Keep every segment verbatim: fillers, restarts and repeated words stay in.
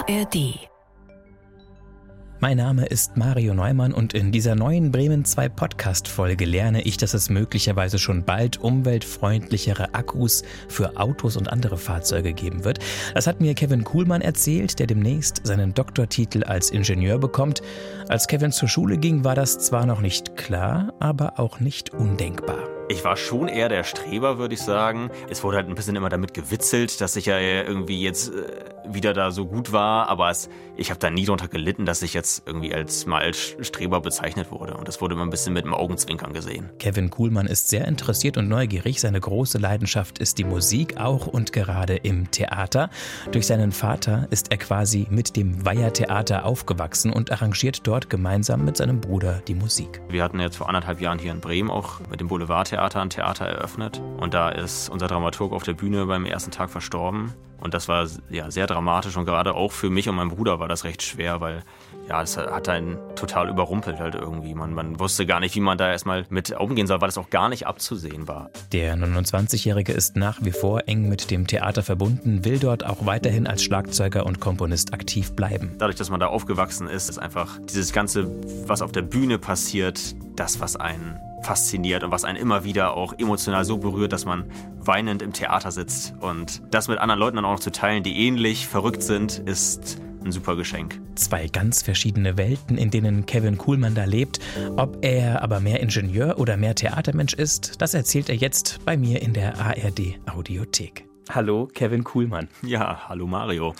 R D. Mein Name ist Mario Neumann und in dieser neuen Bremen zwei Podcast-Folge lerne ich, dass es möglicherweise schon bald umweltfreundlichere Akkus für Autos und andere Fahrzeuge geben wird. Das hat mir Kevin Kuhlmann erzählt, der demnächst seinen Doktortitel als Ingenieur bekommt. Als Kevin zur Schule ging, war das zwar noch nicht klar, aber auch nicht undenkbar. Ich war schon eher der Streber, würde ich sagen. Es wurde halt ein bisschen immer damit gewitzelt, dass ich ja irgendwie jetzt äh, wieder da so gut war. Aber es, ich habe da nie drunter gelitten, dass ich jetzt irgendwie als mal als Streber bezeichnet wurde. Und das wurde immer ein bisschen mit dem Augenzwinkern gesehen. Kevin Kuhlmann ist sehr interessiert und neugierig. Seine große Leidenschaft ist die Musik, auch und gerade im Theater. Durch seinen Vater ist er quasi mit dem Weiher-Theater aufgewachsen und arrangiert dort gemeinsam mit seinem Bruder die Musik. Wir hatten jetzt vor anderthalb Jahren hier in Bremen auch mit dem Boulevardtheater ein Theater eröffnet. Und da ist unser Dramaturg auf der Bühne beim ersten Tag verstorben. Und das war ja sehr dramatisch und gerade auch für mich und meinen Bruder war das recht schwer, weil ja, das hat einen total überrumpelt halt irgendwie. Man, man wusste gar nicht, wie man da erstmal mit umgehen soll, weil das auch gar nicht abzusehen war. Der neunundzwanzigjährige ist nach wie vor eng mit dem Theater verbunden, will dort auch weiterhin als Schlagzeuger und Komponist aktiv bleiben. Dadurch, dass man da aufgewachsen ist, ist einfach dieses Ganze, was auf der Bühne passiert, das, was einen fasziniert und was einen immer wieder auch emotional so berührt, dass man weinend im Theater sitzt. Und das mit anderen Leuten dann auch noch zu teilen, die ähnlich verrückt sind, ist ein super Geschenk. Zwei ganz verschiedene Welten, in denen Kevin Kuhlmann da lebt. Ob er aber mehr Ingenieur oder mehr Theatermensch ist, das erzählt er jetzt bei mir in der A R D-Audiothek. Hallo, Kevin Kuhlmann. Ja, hallo Mario.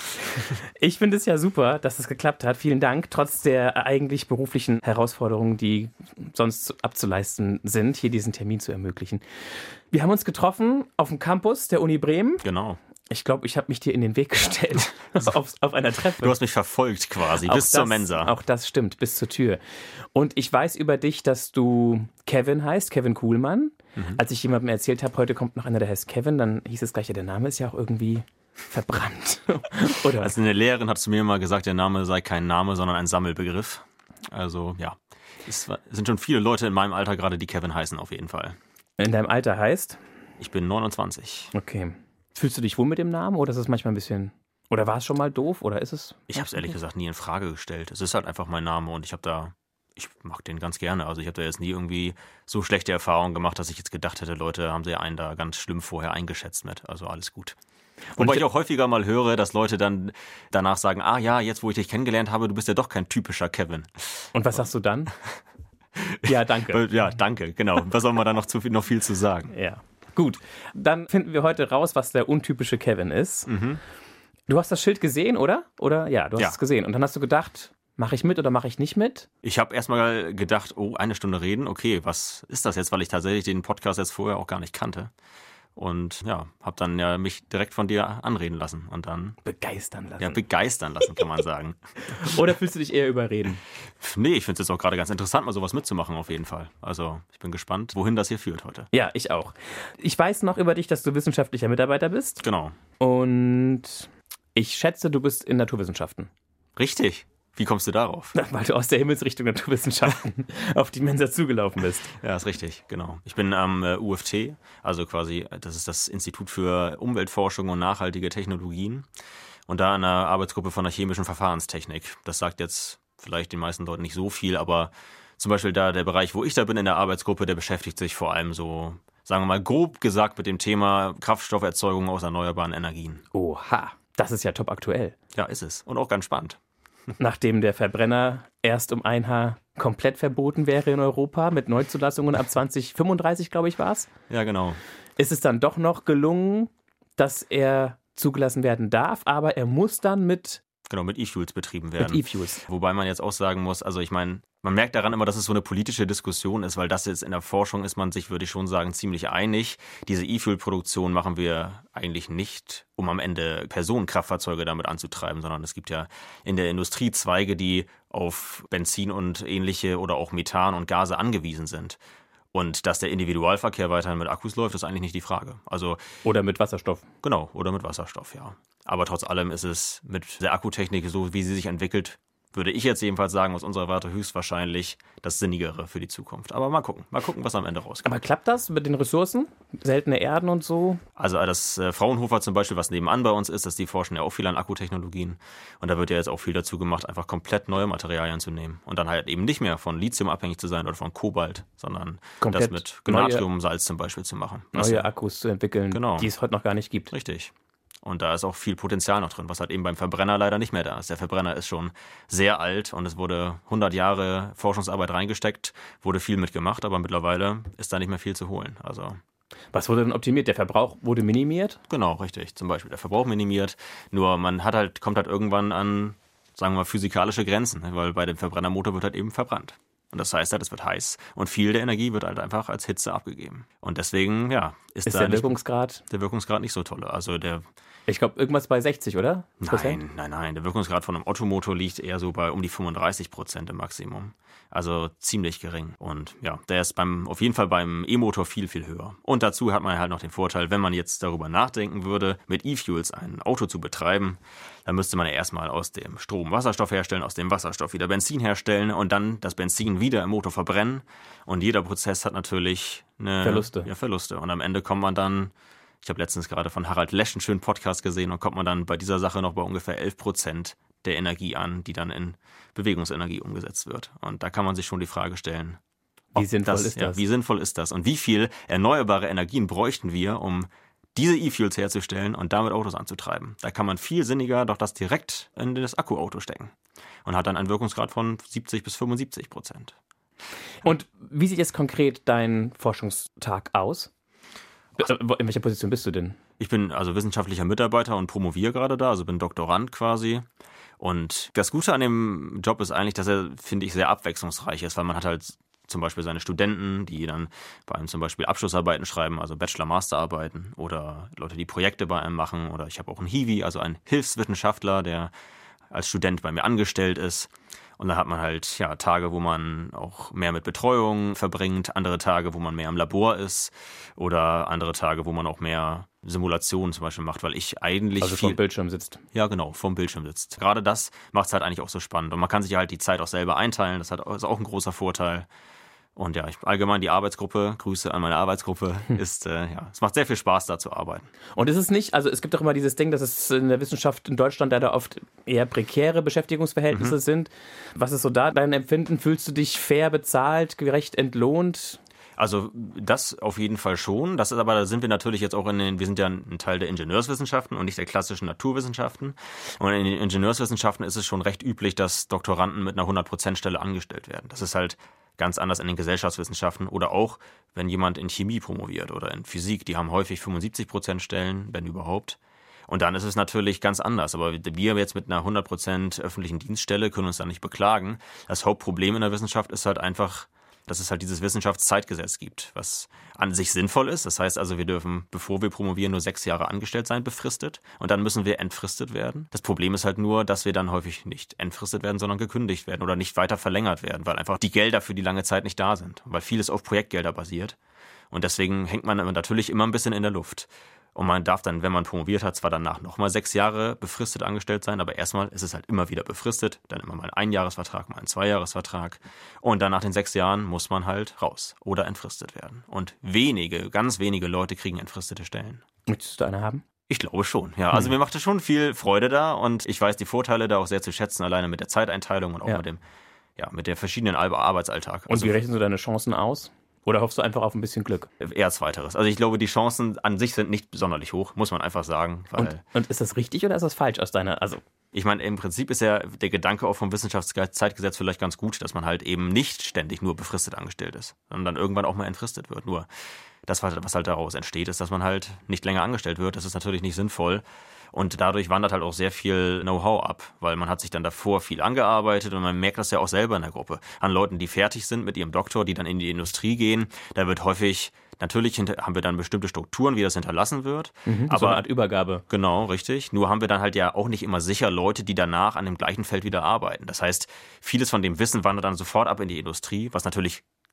Ich finde es ja super, dass es geklappt hat. Vielen Dank, trotz der eigentlich beruflichen Herausforderungen, die sonst abzuleisten sind, hier diesen Termin zu ermöglichen. Wir haben uns getroffen auf dem Campus der Uni Bremen. Genau. Ich glaube, ich habe mich dir in den Weg gestellt auf, auf einer Treppe. Du hast mich verfolgt quasi, auch bis das, zur Mensa. Auch das stimmt, bis zur Tür. Und ich weiß über dich, dass du Kevin heißt, Kevin Kuhlmann. Mhm. Als ich jemandem erzählt habe, heute kommt noch einer, der heißt Kevin, dann hieß es gleich, ja, der Name ist ja auch irgendwie verbrannt. Oder? Also eine Lehrerin hat zu mir mal gesagt, der Name sei kein Name, sondern ein Sammelbegriff. Also ja, es sind schon viele Leute in meinem Alter gerade, die Kevin heißen auf jeden Fall. In deinem Alter heißt? Ich bin neunundzwanzig. Okay. Fühlst du dich wohl mit dem Namen oder ist es manchmal ein bisschen... Oder war es schon mal doof oder ist es... Ich habe es ehrlich gesagt nie in Frage gestellt. Es ist halt einfach mein Name und ich habe da... Ich mag den ganz gerne. Also ich habe da jetzt nie irgendwie so schlechte Erfahrungen gemacht, dass ich jetzt gedacht hätte, Leute haben sie einen da ganz schlimm vorher eingeschätzt mit. Also alles gut. Wobei ich auch häufiger mal höre, dass Leute dann danach sagen, ah ja, jetzt wo ich dich kennengelernt habe, du bist ja doch kein typischer Kevin. Und was sagst du dann? Ja, danke. Ja, danke, genau. Was soll man da noch, zu viel, noch viel zu sagen? Ja. Gut, dann finden wir heute raus, was der untypische Kevin ist. Mhm. Du hast das Schild gesehen, oder? Oder? Ja, du hast ja. es gesehen. Und dann hast du gedacht, mache ich mit oder mache ich nicht mit? Ich habe erstmal gedacht, oh, eine Stunde reden, okay, was ist das jetzt? Weil ich tatsächlich den Podcast jetzt vorher auch gar nicht kannte. Und ja, habe dann ja mich direkt von dir anreden lassen und dann... Begeistern lassen. Ja, begeistern lassen, kann man sagen. Oder fühlst du dich eher überreden? Nee, ich finde es jetzt auch gerade ganz interessant, mal sowas mitzumachen auf jeden Fall. Also ich bin gespannt, wohin das hier führt heute. Ja, ich auch. Ich weiß noch über dich, dass du wissenschaftlicher Mitarbeiter bist. Genau. Und ich schätze, du bist in Naturwissenschaften. Richtig. Wie kommst du darauf? Weil du aus der Himmelsrichtung Naturwissenschaften auf die Mensa zugelaufen bist. Ja, ist richtig, genau. Ich bin am äh, U F T, also quasi, das ist das Institut für Umweltforschung und nachhaltige Technologien. Und da in einer Arbeitsgruppe von der chemischen Verfahrenstechnik. Das sagt jetzt vielleicht den meisten Leuten nicht so viel, aber zum Beispiel da der Bereich, wo ich da bin in der Arbeitsgruppe, der beschäftigt sich vor allem so, sagen wir mal grob gesagt, mit dem Thema Kraftstofferzeugung aus erneuerbaren Energien. Oha, das ist ja top aktuell. Ja, ist es. Und auch ganz spannend. Nachdem der Verbrenner erst um ein Haar komplett verboten wäre in Europa, mit Neuzulassungen ab zwanzig fünfunddreißig, glaube ich, war es. Ja, genau. Ist es dann doch noch gelungen, dass er zugelassen werden darf, aber er muss dann mit... Genau, mit E-Fuels betrieben werden. Mit E-Fuels. Wobei man jetzt auch sagen muss, also ich meine, man merkt daran immer, dass es so eine politische Diskussion ist, weil das jetzt in der Forschung ist man sich, würde ich schon sagen, ziemlich einig. Diese E-Fuel-Produktion machen wir eigentlich nicht, um am Ende Personenkraftfahrzeuge damit anzutreiben, sondern es gibt ja in der Industrie Zweige, die auf Benzin und ähnliche oder auch Methan und Gase angewiesen sind. Und dass der Individualverkehr weiterhin mit Akkus läuft, ist eigentlich nicht die Frage. Also oder mit Wasserstoff. Genau, oder mit Wasserstoff, ja. Aber trotz allem ist es mit der Akkutechnik, so wie sie sich entwickelt, würde ich jetzt jedenfalls sagen, aus unserer Warte höchstwahrscheinlich das Sinnigere für die Zukunft. Aber mal gucken, mal gucken, was am Ende rauskommt. Aber klappt das mit den Ressourcen? Seltene Erden und so? Also das äh, Fraunhofer zum Beispiel, was nebenan bei uns ist, dass die forschen ja auch viel an Akkutechnologien. Und da wird ja jetzt auch viel dazu gemacht, einfach komplett neue Materialien zu nehmen. Und dann halt eben nicht mehr von Lithium abhängig zu sein oder von Kobalt, sondern komplett das mit Natriumsalz zum Beispiel zu machen. Neue ja, Akkus zu entwickeln, genau, die es heute noch gar nicht gibt. Richtig. Und da ist auch viel Potenzial noch drin, was halt eben beim Verbrenner leider nicht mehr da ist. Der Verbrenner ist schon sehr alt und es wurde hundert Jahre Forschungsarbeit reingesteckt, wurde viel mitgemacht, aber mittlerweile ist da nicht mehr viel zu holen. Also was wurde denn optimiert? Der Verbrauch wurde minimiert? Genau, richtig. Zum Beispiel der Verbrauch minimiert. Nur man hat halt, kommt halt irgendwann an, sagen wir mal, physikalische Grenzen, weil bei dem Verbrennermotor wird halt eben verbrannt. Und das heißt halt, es wird heiß und viel der Energie wird halt einfach als Hitze abgegeben. Und deswegen, ja, ist, ist da der Wirkungsgrad? Nicht, der Wirkungsgrad nicht so toll. Also der Ich glaube, irgendwas bei sechzig, oder? Nein, nein, nein. Der Wirkungsgrad von einem Ottomotor liegt eher so bei um die fünfunddreißig Prozent im Maximum. Also ziemlich gering. Und ja, der ist beim, auf jeden Fall beim E-Motor viel, viel höher. Und dazu hat man halt noch den Vorteil, wenn man jetzt darüber nachdenken würde, mit E-Fuels ein Auto zu betreiben, dann müsste man ja erstmal aus dem Strom Wasserstoff herstellen, aus dem Wasserstoff wieder Benzin herstellen und dann das Benzin wieder im Motor verbrennen. Und jeder Prozess hat natürlich eine, Verluste. Ja, Verluste. Und am Ende kommt man dann, ich habe letztens gerade von Harald Lesch einen schönen Podcast gesehen, und kommt man dann bei dieser Sache noch bei ungefähr elf Prozent der Energie an, die dann in Bewegungsenergie umgesetzt wird. Und da kann man sich schon die Frage stellen, wie sinnvoll das, ist das? Ja, wie sinnvoll ist das? Und wie viel erneuerbare Energien bräuchten wir, um diese E-Fuels herzustellen und damit Autos anzutreiben? Da kann man viel sinniger doch das direkt in das Akkuauto stecken und hat dann einen Wirkungsgrad von siebzig bis fünfundsiebzig Prozent. Und wie sieht jetzt konkret dein Forschungstag aus? In welcher Position bist du denn? Ich bin also wissenschaftlicher Mitarbeiter und promoviere gerade da, also bin Doktorand quasi. Und das Gute an dem Job ist eigentlich, dass er, finde ich, sehr abwechslungsreich ist, weil man hat halt zum Beispiel seine Studenten, die dann bei einem zum Beispiel Abschlussarbeiten schreiben, also Bachelor-Master-Arbeiten, oder Leute, die Projekte bei einem machen, oder ich habe auch einen Hiwi, also einen Hilfswissenschaftler, der als Student bei mir angestellt ist. Und dann hat man halt ja Tage, wo man auch mehr mit Betreuung verbringt, andere Tage, wo man mehr im Labor ist, oder andere Tage, wo man auch mehr Simulationen zum Beispiel macht, weil ich eigentlich also viel... vom Bildschirm sitzt. Ja, genau, vom Bildschirm sitzt. Gerade das macht es halt eigentlich auch so spannend. Und man kann sich halt die Zeit auch selber einteilen, das hat, ist auch ein großer Vorteil. Und ja, ich, allgemein die Arbeitsgruppe, Grüße an meine Arbeitsgruppe, hm. ist, äh, ja, es macht sehr viel Spaß, da zu arbeiten. Und ist es nicht, also es gibt doch immer dieses Ding, dass es in der Wissenschaft in Deutschland leider oft eher prekäre Beschäftigungsverhältnisse mhm. sind. Was ist so da dein Empfinden? Fühlst du dich fair bezahlt, gerecht entlohnt? Also das auf jeden Fall schon. Das ist aber, da sind wir natürlich jetzt auch in den, wir sind ja ein Teil der Ingenieurswissenschaften und nicht der klassischen Naturwissenschaften. Und in den Ingenieurswissenschaften ist es schon recht üblich, dass Doktoranden mit einer hundert Prozent Stelle angestellt werden. Das ist halt ganz anders in den Gesellschaftswissenschaften oder auch, wenn jemand in Chemie promoviert oder in Physik. Die haben häufig fünfundsiebzig Prozent Stellen, wenn überhaupt. Und dann ist es natürlich ganz anders. Aber wir jetzt mit einer hundert Prozent öffentlichen Dienststelle können uns da nicht beklagen. Das Hauptproblem in der Wissenschaft ist halt einfach, dass es halt dieses Wissenschaftszeitgesetz gibt, was an sich sinnvoll ist. Das heißt also, wir dürfen, bevor wir promovieren, nur sechs Jahre angestellt sein, befristet. Und dann müssen wir entfristet werden. Das Problem ist halt nur, dass wir dann häufig nicht entfristet werden, sondern gekündigt werden oder nicht weiter verlängert werden, weil einfach die Gelder für die lange Zeit nicht da sind. Weil vieles auf Projektgelder basiert. Und deswegen hängt man natürlich immer ein bisschen in der Luft. Und man darf dann, wenn man promoviert hat, zwar danach nochmal sechs Jahre befristet angestellt sein, aber erstmal ist es halt immer wieder befristet, dann immer mal ein Einjahresvertrag, mal ein Zweijahresvertrag. Und dann nach den sechs Jahren muss man halt raus oder entfristet werden. Und wenige, ganz wenige Leute kriegen entfristete Stellen. Möchtest du eine haben? Ich glaube schon, ja. Also hm. mir macht es schon viel Freude da und ich weiß die Vorteile da auch sehr zu schätzen, alleine mit der Zeiteinteilung und auch ja. mit dem, ja, mit der verschiedenen Arbeitsalltag. Und also, wie rechnest du deine Chancen aus? Oder hoffst du einfach auf ein bisschen Glück? Eher zweiteres. Also ich glaube, die Chancen an sich sind nicht sonderlich hoch, muss man einfach sagen. Weil und, und ist das richtig oder ist das falsch aus deiner... Also ich meine, im Prinzip ist ja der Gedanke auch vom Wissenschaftszeitgesetz vielleicht ganz gut, dass man halt eben nicht ständig nur befristet angestellt ist, sondern dann irgendwann auch mal entfristet wird. Nur das, was halt daraus entsteht, ist, dass man halt nicht länger angestellt wird. Das ist natürlich nicht sinnvoll. Und dadurch wandert halt auch sehr viel Know-how ab, weil man hat sich dann davor viel angearbeitet und man merkt das ja auch selber in der Gruppe. An Leuten, die fertig sind mit ihrem Doktor, die dann in die Industrie gehen, da wird häufig, natürlich haben wir dann bestimmte Strukturen, wie das hinterlassen wird. Mhm, aber so eine Art Übergabe. Genau, richtig. Nur haben wir dann halt ja auch nicht immer sicher Leute, die danach an dem gleichen Feld wieder arbeiten. Das heißt, vieles von dem Wissen wandert dann sofort ab in die Industrie, was natürlich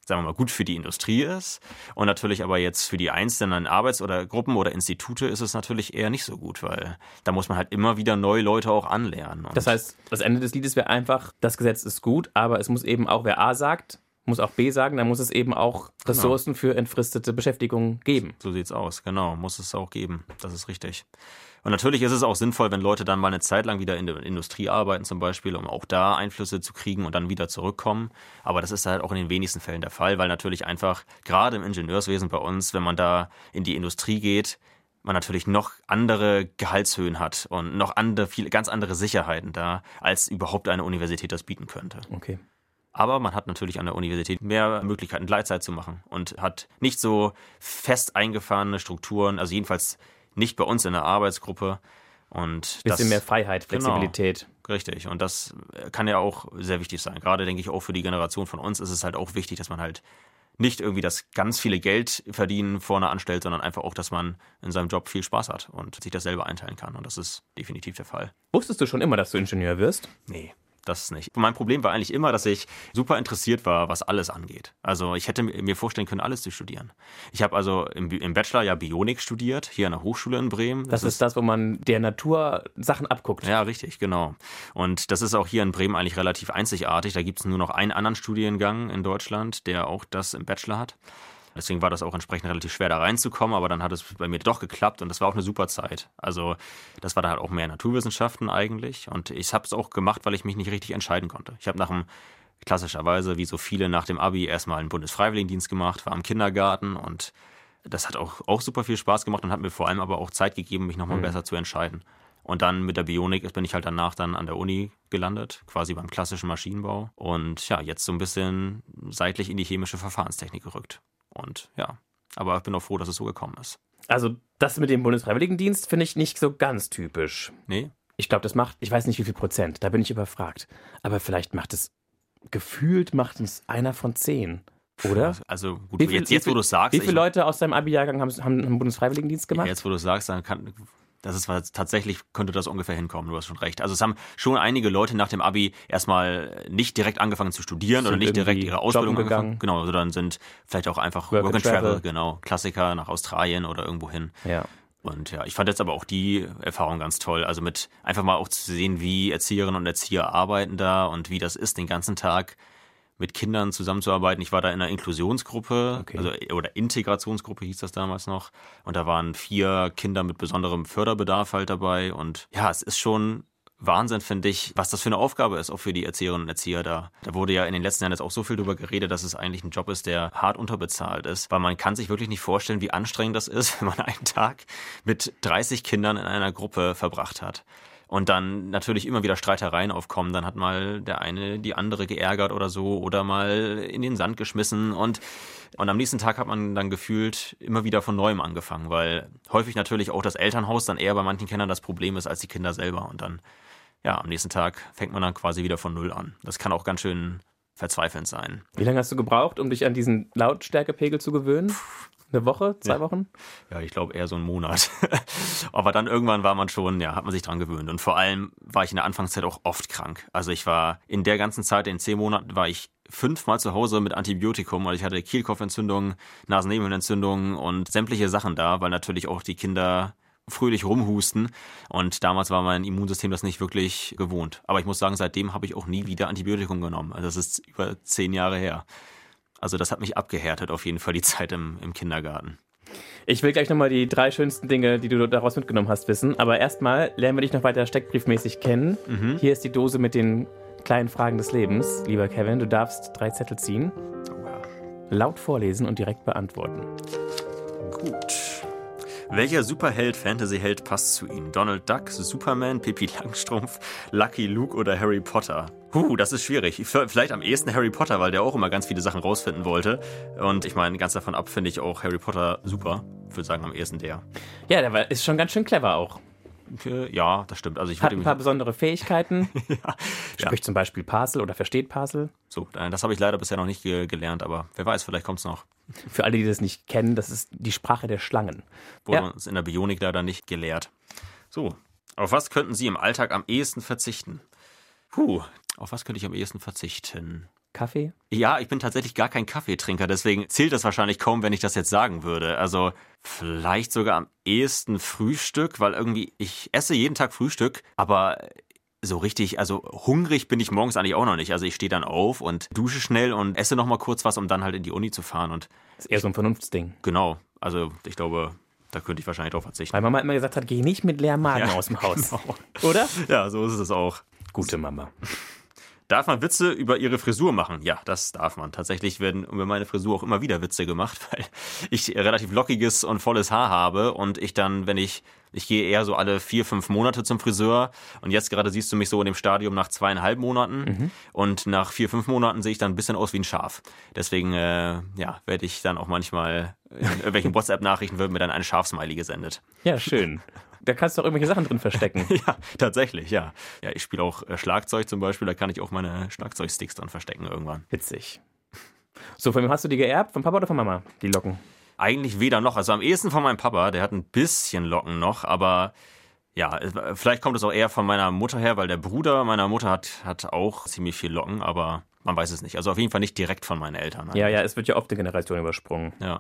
sagen wir mal, gut für die Industrie ist. Und natürlich aber jetzt für die einzelnen Arbeits- oder Gruppen oder Institute ist es natürlich eher nicht so gut, weil da muss man halt immer wieder neue Leute auch anlernen. Und das heißt, das Ende des Liedes wäre einfach, das Gesetz ist gut, aber es muss eben auch, wer A sagt, muss auch B sagen, dann muss es eben auch Ressourcen genau. für entfristete Beschäftigung geben. So sieht's aus, genau, muss es auch geben, das ist richtig. Und natürlich ist es auch sinnvoll, wenn Leute dann mal eine Zeit lang wieder in der Industrie arbeiten zum Beispiel, um auch da Einflüsse zu kriegen und dann wieder zurückkommen. Aber das ist halt auch in den wenigsten Fällen der Fall, weil natürlich einfach, gerade im Ingenieurswesen bei uns, wenn man da in die Industrie geht, man natürlich noch andere Gehaltshöhen hat und noch andere, viel, ganz andere Sicherheiten da, als überhaupt eine Universität das bieten könnte. Okay. Aber man hat natürlich an der Universität mehr Möglichkeiten, Gleitzeit zu machen und hat nicht so fest eingefahrene Strukturen, also jedenfalls nicht bei uns in der Arbeitsgruppe. Und bisschen das, mehr Freiheit, Flexibilität. Genau, richtig. Und das kann ja auch sehr wichtig sein. Gerade, denke ich, auch für die Generation von uns ist es halt auch wichtig, dass man halt nicht irgendwie das ganz viele Geld verdienen vorne anstellt, sondern einfach auch, dass man in seinem Job viel Spaß hat und sich das selber einteilen kann. Und das ist definitiv der Fall. Wusstest du schon immer, dass du Ingenieur wirst? Nee. Das nicht. Mein Problem war eigentlich immer, dass ich super interessiert war, was alles angeht. Also ich hätte mir vorstellen können, alles zu studieren. Ich habe also im, im Bachelor ja Bionik studiert, hier an der Hochschule in Bremen. Das, das ist das, wo man der Natur Sachen abguckt. Ja, richtig, genau. Und das ist auch hier in Bremen eigentlich relativ einzigartig. Da gibt es nur noch einen anderen Studiengang in Deutschland, der auch das im Bachelor hat. Deswegen war das auch entsprechend relativ schwer, da reinzukommen, aber dann hat es bei mir doch geklappt und das war auch eine super Zeit. Also das war da halt auch mehr Naturwissenschaften eigentlich und ich habe es auch gemacht, weil ich mich nicht richtig entscheiden konnte. Ich habe nach dem, klassischerweise, wie so viele nach dem Abi, erstmal einen Bundesfreiwilligendienst gemacht, war im Kindergarten und das hat auch, auch super viel Spaß gemacht und hat mir vor allem aber auch Zeit gegeben, mich nochmal mhm. besser zu entscheiden. Und dann mit der Bionik bin ich halt danach dann an der Uni gelandet, quasi beim klassischen Maschinenbau und ja, jetzt so ein bisschen seitlich in die chemische Verfahrenstechnik gerückt. Und ja, aber ich bin auch froh, dass es so gekommen ist. Also das mit dem Bundesfreiwilligendienst finde ich nicht so ganz typisch. Nee? Ich glaube, das macht, ich weiß nicht wie viel Prozent, da bin ich überfragt. Aber vielleicht macht es, gefühlt macht es einer von zehn, oder? Also gut, wie viel, jetzt, jetzt wo du es sagst. Wie viele Leute aus deinem Abi-Jahrgang haben, haben einen Bundesfreiwilligendienst gemacht? Jetzt wo du es sagst, dann kann... Das ist tatsächlich, könnte das ungefähr hinkommen, du hast schon recht. Also es haben schon einige Leute nach dem Abi erstmal nicht direkt angefangen zu studieren sind oder nicht direkt ihre Ausbildung angefangen. Genau, sondern sind vielleicht auch einfach Work, Work and Travel. Travel, genau, Klassiker nach Australien oder irgendwo hin. Ja. Und ja, ich fand jetzt aber auch die Erfahrung ganz toll. Also mit einfach mal auch zu sehen, wie Erzieherinnen und Erzieher arbeiten da und wie das ist, den ganzen Tag mit Kindern zusammenzuarbeiten. Ich war da in einer Inklusionsgruppe, okay. also oder Integrationsgruppe hieß das damals noch. Und da waren vier Kinder mit besonderem Förderbedarf halt dabei. Und ja, es ist schon Wahnsinn, finde ich, was das für eine Aufgabe ist, auch für die Erzieherinnen und Erzieher da. Da wurde ja in den letzten Jahren jetzt auch so viel drüber geredet, dass es eigentlich ein Job ist, der hart unterbezahlt ist. Weil man kann sich wirklich nicht vorstellen, wie anstrengend das ist, wenn man einen Tag mit dreißig Kindern in einer Gruppe verbracht hat. Und dann natürlich immer wieder Streitereien aufkommen. Dann hat mal der eine die andere geärgert oder so oder mal in den Sand geschmissen. Und, und am nächsten Tag hat man dann gefühlt immer wieder von Neuem angefangen, weil häufig natürlich auch das Elternhaus dann eher bei manchen Kindern das Problem ist als die Kinder selber. Und dann, ja, am nächsten Tag fängt man dann quasi wieder von Null an. Das kann auch ganz schön verzweifelnd sein. Wie lange hast du gebraucht, um dich an diesen Lautstärkepegel zu gewöhnen? Puh. Eine Woche? Zwei ja. Wochen? Ja, ich glaube eher so einen Monat. Aber dann irgendwann war man schon, ja, hat man sich dran gewöhnt. Und vor allem war ich in der Anfangszeit auch oft krank. Also ich war in der ganzen Zeit, in zehn Monaten, war ich fünfmal zu Hause mit Antibiotikum. Und ich hatte Kehlkopfentzündung, Nasennebenhöhlenentzündung und sämtliche Sachen da, weil natürlich auch die Kinder fröhlich rumhusten. Und damals war mein Immunsystem das nicht wirklich gewohnt. Aber ich muss sagen, seitdem habe ich auch nie wieder Antibiotikum genommen. Also das ist über zehn Jahre her. Also das hat mich abgehärtet, auf jeden Fall die Zeit im, im Kindergarten. Ich will gleich nochmal die drei schönsten Dinge, die du daraus mitgenommen hast, wissen. Aber erstmal lernen wir dich noch weiter steckbriefmäßig kennen. Mhm. Hier ist die Dose mit den kleinen Fragen des Lebens. Lieber Kevin, du darfst drei Zettel ziehen, oh ja. laut vorlesen und direkt beantworten. Gut. Welcher Superheld, Fantasyheld passt zu Ihnen? Donald Duck, Superman, Pippi Langstrumpf, Lucky Luke oder Harry Potter? Huh, das ist schwierig. Vielleicht am ehesten Harry Potter, weil der auch immer ganz viele Sachen rausfinden wollte. Und ich meine, ganz davon ab finde ich auch Harry Potter super. Ich würde sagen, am ehesten der. Ja, der war, ist schon ganz schön clever auch. Ja, das stimmt. Also ich Hat ein paar besondere Fähigkeiten. ja, Spricht ja. zum Beispiel Parsel oder versteht Parsel. So, das habe ich leider bisher noch nicht ge- gelernt, aber wer weiß, vielleicht kommt es noch. Für alle, die das nicht kennen, das ist die Sprache der Schlangen. Wurde ja. uns in der Bionik leider nicht gelehrt. So, auf was könnten Sie im Alltag am ehesten verzichten? Puh, auf was könnte ich am ehesten verzichten? Kaffee? Ja, ich bin tatsächlich gar kein Kaffeetrinker, deswegen zählt das wahrscheinlich kaum, wenn ich das jetzt sagen würde. Also vielleicht sogar am ehesten Frühstück, weil irgendwie, ich esse jeden Tag Frühstück, aber so richtig, also hungrig bin ich morgens eigentlich auch noch nicht. Also ich stehe dann auf und dusche schnell und esse noch mal kurz was, um dann halt in die Uni zu fahren. Und das ist eher so ein Vernunftsding. Genau, also ich glaube, da könnte ich wahrscheinlich drauf verzichten. Weil Mama immer gesagt hat, geh nicht mit leerem Magen ja, aus dem Haus. Genau. Oder? Ja, so ist es auch. Gute Mama. Darf man Witze über ihre Frisur machen? Ja, das darf man. Tatsächlich werden über meine Frisur auch immer wieder Witze gemacht, weil ich relativ lockiges und volles Haar habe und ich dann, wenn ich, ich gehe eher so alle vier, fünf Monate zum Friseur und jetzt gerade siehst du mich so in dem Stadium nach zweieinhalb Monaten mhm. und nach vier, fünf Monaten sehe ich dann ein bisschen aus wie ein Schaf. Deswegen, äh, ja, werde ich dann auch manchmal in irgendwelchen WhatsApp-Nachrichten wird mir dann ein Schafsmiley gesendet. Ja, schön. Da kannst du auch irgendwelche Sachen drin verstecken. Ja, tatsächlich, ja. Ja, ich spiele auch Schlagzeug zum Beispiel, da kann ich auch meine Schlagzeugsticks dran verstecken irgendwann. Witzig. So, von wem hast du die geerbt? Von Papa oder von Mama, die Locken? Eigentlich weder noch. Also am ehesten von meinem Papa, der hat ein bisschen Locken noch, aber ja, vielleicht kommt es auch eher von meiner Mutter her, weil der Bruder meiner Mutter hat, hat auch ziemlich viel Locken, aber man weiß es nicht. Also auf jeden Fall nicht direkt von meinen Eltern. Eigentlich. Ja, ja, es wird ja oft eine Generation übersprungen. Ja.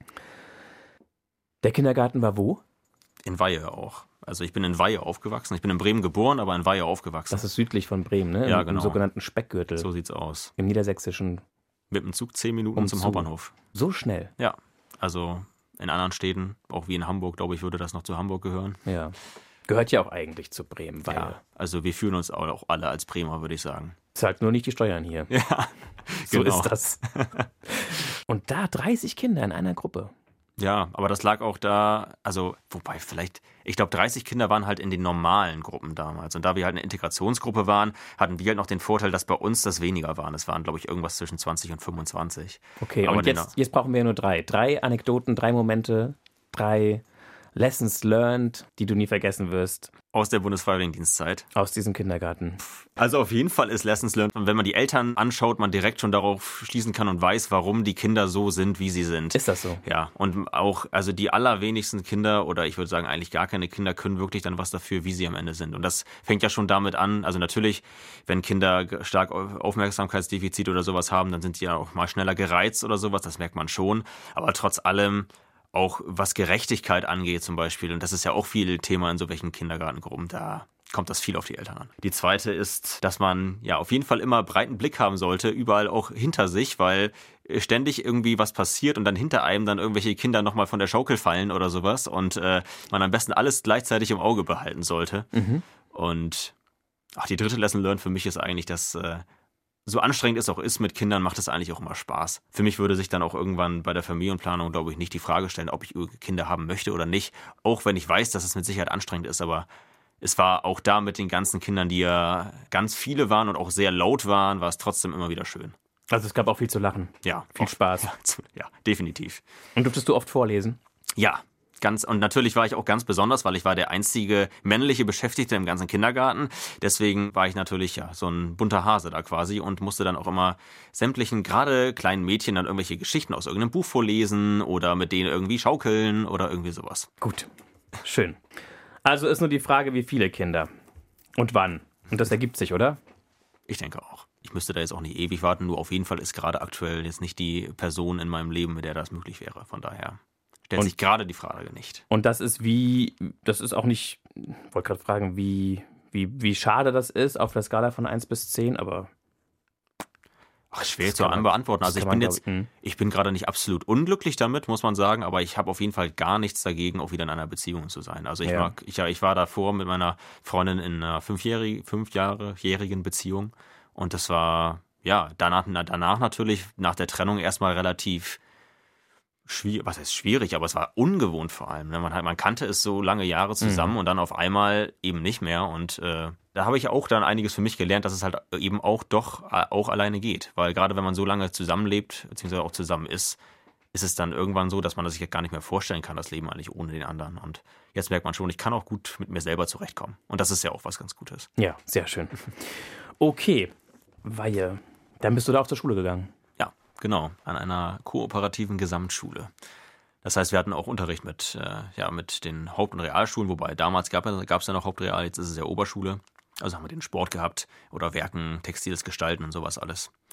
Der Kindergarten war wo? In Weihe auch. Also ich bin in Weihe aufgewachsen. Ich bin in Bremen geboren, aber in Weihe aufgewachsen. Das ist südlich von Bremen, ne? Im, ja, genau. Im sogenannten Speckgürtel. So sieht's aus. Im niedersächsischen. Mit dem Zug zehn Minuten um zum Zug. Hauptbahnhof. So schnell? Ja, also in anderen Städten, auch wie in Hamburg, glaube ich, würde das noch zu Hamburg gehören. Ja. Gehört ja auch eigentlich zu Bremen, Weihe. Ja, also wir fühlen uns auch alle als Bremer, würde ich sagen. Zahlt nur nicht die Steuern hier. Ja, so genau. ist das. Und da dreißig Kinder in einer Gruppe. Ja, aber das lag auch da, also wobei vielleicht, ich glaube dreißig Kinder waren halt in den normalen Gruppen damals. Und da wir halt eine Integrationsgruppe waren, hatten wir halt noch den Vorteil, dass bei uns das weniger waren. Es waren, glaube ich, irgendwas zwischen zwanzig und fünfundzwanzig. Okay, aber und jetzt, jetzt brauchen wir ja nur drei. Drei Anekdoten, drei Momente, drei Lessons learned, die du nie vergessen wirst. Aus der Bundesfreiwilligendienstzeit. Aus diesem Kindergarten. Also auf jeden Fall ist Lessons learned. Und wenn man die Eltern anschaut, man direkt schon darauf schließen kann und weiß, warum die Kinder so sind, wie sie sind. Ist das so? Ja, und auch, also die allerwenigsten Kinder, oder ich würde sagen eigentlich gar keine Kinder, können wirklich dann was dafür, wie sie am Ende sind. Und das fängt ja schon damit an, also natürlich, wenn Kinder stark Aufmerksamkeitsdefizit oder sowas haben, dann sind die ja auch mal schneller gereizt oder sowas, das merkt man schon. Aber trotz allem, auch was Gerechtigkeit angeht zum Beispiel, und das ist ja auch viel Thema in so welchen Kindergartengruppen, da kommt das viel auf die Eltern an. Die zweite ist, dass man ja auf jeden Fall immer breiten Blick haben sollte, überall auch hinter sich, weil ständig irgendwie was passiert und dann hinter einem dann irgendwelche Kinder nochmal von der Schaukel fallen oder sowas und äh, man am besten alles gleichzeitig im Auge behalten sollte. Mhm. Und ach, die dritte Lesson learned für mich ist eigentlich, dass äh, so anstrengend es auch ist mit Kindern, macht es eigentlich auch immer Spaß. Für mich würde sich dann auch irgendwann bei der Familienplanung, glaube ich, nicht die Frage stellen, ob ich Kinder haben möchte oder nicht. Auch wenn ich weiß, dass es mit Sicherheit anstrengend ist, aber es war auch da mit den ganzen Kindern, die ja ganz viele waren und auch sehr laut waren, war es trotzdem immer wieder schön. Also es gab auch viel zu lachen. Ja. Viel auch, Spaß. Ja, ja, definitiv. Und durftest du oft vorlesen? Ja. Ganz, und natürlich war ich auch ganz besonders, weil ich war der einzige männliche Beschäftigte im ganzen Kindergarten. Deswegen war ich natürlich ja so ein bunter Hase da quasi und musste dann auch immer sämtlichen, gerade kleinen Mädchen dann irgendwelche Geschichten aus irgendeinem Buch vorlesen oder mit denen irgendwie schaukeln oder irgendwie sowas. Gut, schön. Also ist nur die Frage, wie viele Kinder und wann. Und das ergibt sich, oder? Ich denke auch. Ich müsste da jetzt auch nicht ewig warten, nur auf jeden Fall ist gerade aktuell jetzt nicht die Person in meinem Leben, mit der das möglich wäre. Von daher stellt und, sich gerade die Frage nicht. Und das ist wie, das ist auch nicht, ich wollte gerade fragen, wie, wie, wie schade das ist auf der Skala von eins bis zehn, aber Ach, schwer zu beantworten. Also ich bin jetzt, ich bin gerade nicht absolut unglücklich damit, muss man sagen, aber ich habe auf jeden Fall gar nichts dagegen, auch wieder in einer Beziehung zu sein. Also ich ja. mag, ich, ich war davor mit meiner Freundin in einer fünfjährigen, fünfjährigen Beziehung und das war, ja, danach, danach natürlich, nach der Trennung erstmal relativ schwierig, was heißt schwierig, aber es war ungewohnt vor allem. Man, man kannte es so lange Jahre zusammen mhm. und dann auf einmal eben nicht mehr und äh, da habe ich auch dann einiges für mich gelernt, dass es halt eben auch doch auch alleine geht. Weil gerade wenn man so lange zusammenlebt, beziehungsweise auch zusammen ist, ist es dann irgendwann so, dass man sich gar nicht mehr vorstellen kann, das Leben eigentlich ohne den anderen. Und jetzt merkt man schon, ich kann auch gut mit mir selber zurechtkommen. Und das ist ja auch was ganz Gutes. Ja, sehr schön. Okay, Weihe. Dann bist du da auch zur Schule gegangen? Ja, genau. An einer kooperativen Gesamtschule. Das heißt, wir hatten auch Unterricht mit, äh, ja, mit den Haupt- und Realschulen, wobei damals gab es ja noch Hauptreal, jetzt ist es ja Oberschule. Also haben wir den Sport gehabt oder Werken, textiles Gestalten und sowas alles.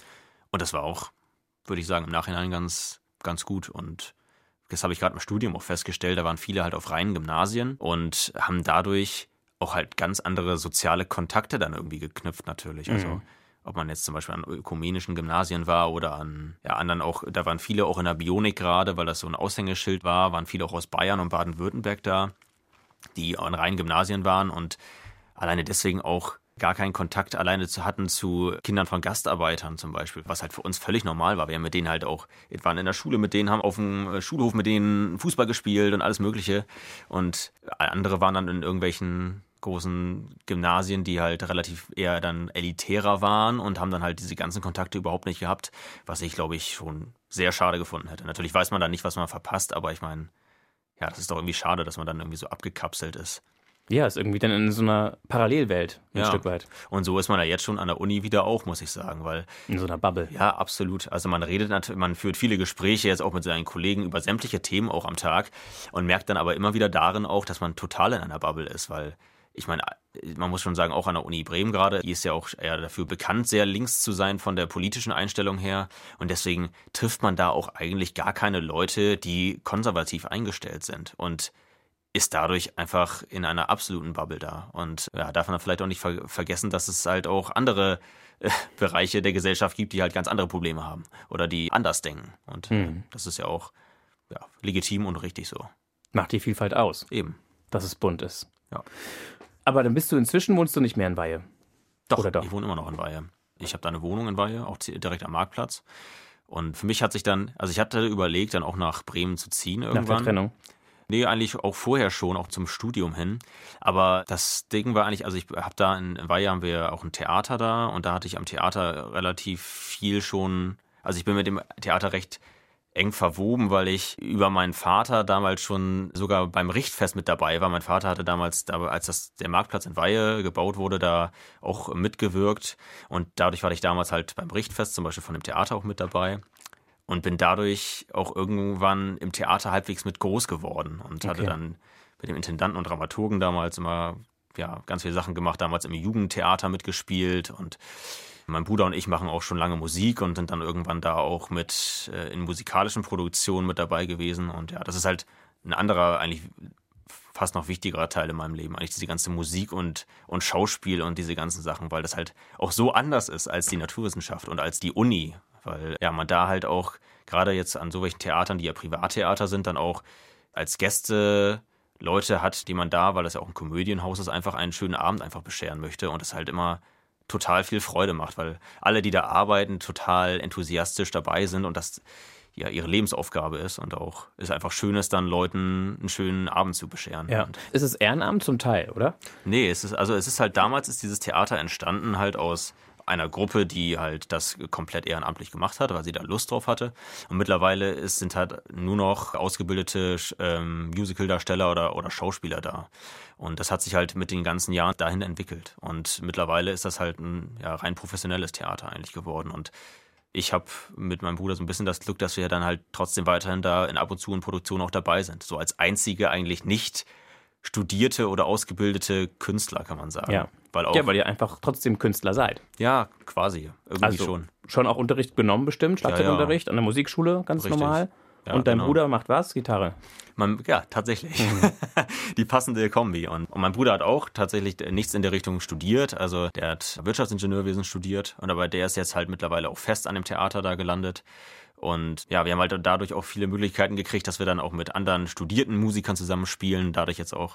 Und das war auch, würde ich sagen, im Nachhinein ganz, ganz gut. Und das habe ich gerade im Studium auch festgestellt, da waren viele halt auf reinen Gymnasien und haben dadurch auch halt ganz andere soziale Kontakte dann irgendwie geknüpft natürlich. Mhm. Also ob man jetzt zum Beispiel an ökumenischen Gymnasien war oder an ja, anderen auch, da waren viele auch in der Bionik gerade, weil das so ein Aushängeschild war, waren viele auch aus Bayern und Baden-Württemberg da, die an reinen Gymnasien waren und alleine deswegen auch gar keinen Kontakt alleine zu, hatten zu Kindern von Gastarbeitern zum Beispiel, was halt für uns völlig normal war. Wir haben mit denen halt auch, wir waren in der Schule mit denen, haben auf dem Schulhof mit denen Fußball gespielt und alles Mögliche. Und andere waren dann in irgendwelchen großen Gymnasien, die halt relativ eher dann elitärer waren und haben dann halt diese ganzen Kontakte überhaupt nicht gehabt, was ich, glaube ich, schon sehr schade gefunden hätte. Natürlich weiß man dann nicht, was man verpasst, aber ich meine, ja, das ist doch irgendwie schade, dass man dann irgendwie so abgekapselt ist. Ja, ist irgendwie dann in so einer Parallelwelt ein ja. Stück weit. Und so ist man ja jetzt schon an der Uni wieder auch, muss ich sagen, weil in so einer Bubble. Ja, absolut. Also man redet natürlich, man führt viele Gespräche jetzt auch mit seinen Kollegen über sämtliche Themen auch am Tag und merkt dann aber immer wieder darin auch, dass man total in einer Bubble ist, weil ich meine, man muss schon sagen, auch an der Uni Bremen gerade, die ist ja auch eher dafür bekannt, sehr links zu sein von der politischen Einstellung her und deswegen trifft man da auch eigentlich gar keine Leute, die konservativ eingestellt sind und ist dadurch einfach in einer absoluten Bubble da. Und ja, darf man vielleicht auch nicht ver- vergessen, dass es halt auch andere äh, Bereiche der Gesellschaft gibt, die halt ganz andere Probleme haben oder die anders denken. Und hm. äh, das ist ja auch ja, legitim und richtig so. Macht die Vielfalt aus. Eben. Dass es bunt ist. Ja. Aber dann bist du inzwischen, wohnst du nicht mehr in Weihe? Doch, oder doch? Ich wohne immer noch in Weihe. Ich habe da eine Wohnung in Weihe, auch direkt am Marktplatz. Und für mich hat sich dann, also ich hatte überlegt, dann auch nach Bremen zu ziehen irgendwann. Nach der Trennung? Nee, eigentlich auch vorher schon, auch zum Studium hin. Aber das Ding war eigentlich, also ich habe da in Weihe haben wir auch ein Theater da und da hatte ich am Theater relativ viel schon, also ich bin mit dem Theater recht eng verwoben, weil ich über meinen Vater damals schon sogar beim Richtfest mit dabei war. Mein Vater hatte damals, als das, der Marktplatz in Weihe gebaut wurde, da auch mitgewirkt und dadurch war ich damals halt beim Richtfest zum Beispiel von dem Theater auch mit dabei. Und bin dadurch auch irgendwann im Theater halbwegs mit groß geworden und hatte okay. dann mit dem Intendanten und Dramaturgen damals immer ja, ganz viele Sachen gemacht, damals im Jugendtheater mitgespielt und mein Bruder und ich machen auch schon lange Musik und sind dann irgendwann da auch mit äh, in musikalischen Produktionen mit dabei gewesen und ja, das ist halt ein anderer, eigentlich fast noch wichtigerer Teil in meinem Leben, eigentlich diese ganze Musik und, und Schauspiel und diese ganzen Sachen, weil das halt auch so anders ist als die Naturwissenschaft und als die Uni. Weil ja, man da halt auch, gerade jetzt an so welchen Theatern, die ja Privattheater sind, dann auch als Gäste Leute hat, die man da, weil das ja auch ein Komödienhaus ist, einfach einen schönen Abend einfach bescheren möchte und es halt immer total viel Freude macht, weil alle, die da arbeiten, total enthusiastisch dabei sind und das ja ihre Lebensaufgabe ist und auch ist einfach schön ist, dann Leuten einen schönen Abend zu bescheren. Ja. Und ist es Ehrenamt zum Teil, oder? Nee, es ist, also es ist halt, damals ist dieses Theater entstanden halt aus einer Gruppe, die halt das komplett ehrenamtlich gemacht hat, weil sie da Lust drauf hatte. Und mittlerweile ist, sind halt nur noch ausgebildete ähm, Musicaldarsteller oder, oder Schauspieler da. Und das hat sich halt mit den ganzen Jahren dahin entwickelt. Und mittlerweile ist das halt ein ja, rein professionelles Theater eigentlich geworden. Und ich habe mit meinem Bruder so ein bisschen das Glück, dass wir dann halt trotzdem weiterhin da in ab und zu in Produktionen auch dabei sind. So als einzige eigentlich nicht studierte oder ausgebildete Künstler, kann man sagen. Ja, weil, auch, ja, weil ihr einfach trotzdem Künstler seid. Ja, quasi. Irgendwie also schon. Schon auch Unterricht genommen bestimmt, Schlagzeugunterricht ja, ja. an der Musikschule, ganz Richtig. normal. Ja, und dein genau. Bruder macht was? Gitarre? Man, ja, tatsächlich. Mhm. Die passende Kombi. Und, und mein Bruder hat auch tatsächlich nichts in der Richtung studiert. Also der hat Wirtschaftsingenieurwesen studiert. Und aber der ist jetzt halt mittlerweile auch fest an dem Theater da gelandet. Und ja, wir haben halt dadurch auch viele Möglichkeiten gekriegt, dass wir dann auch mit anderen studierten Musikern zusammenspielen, dadurch jetzt auch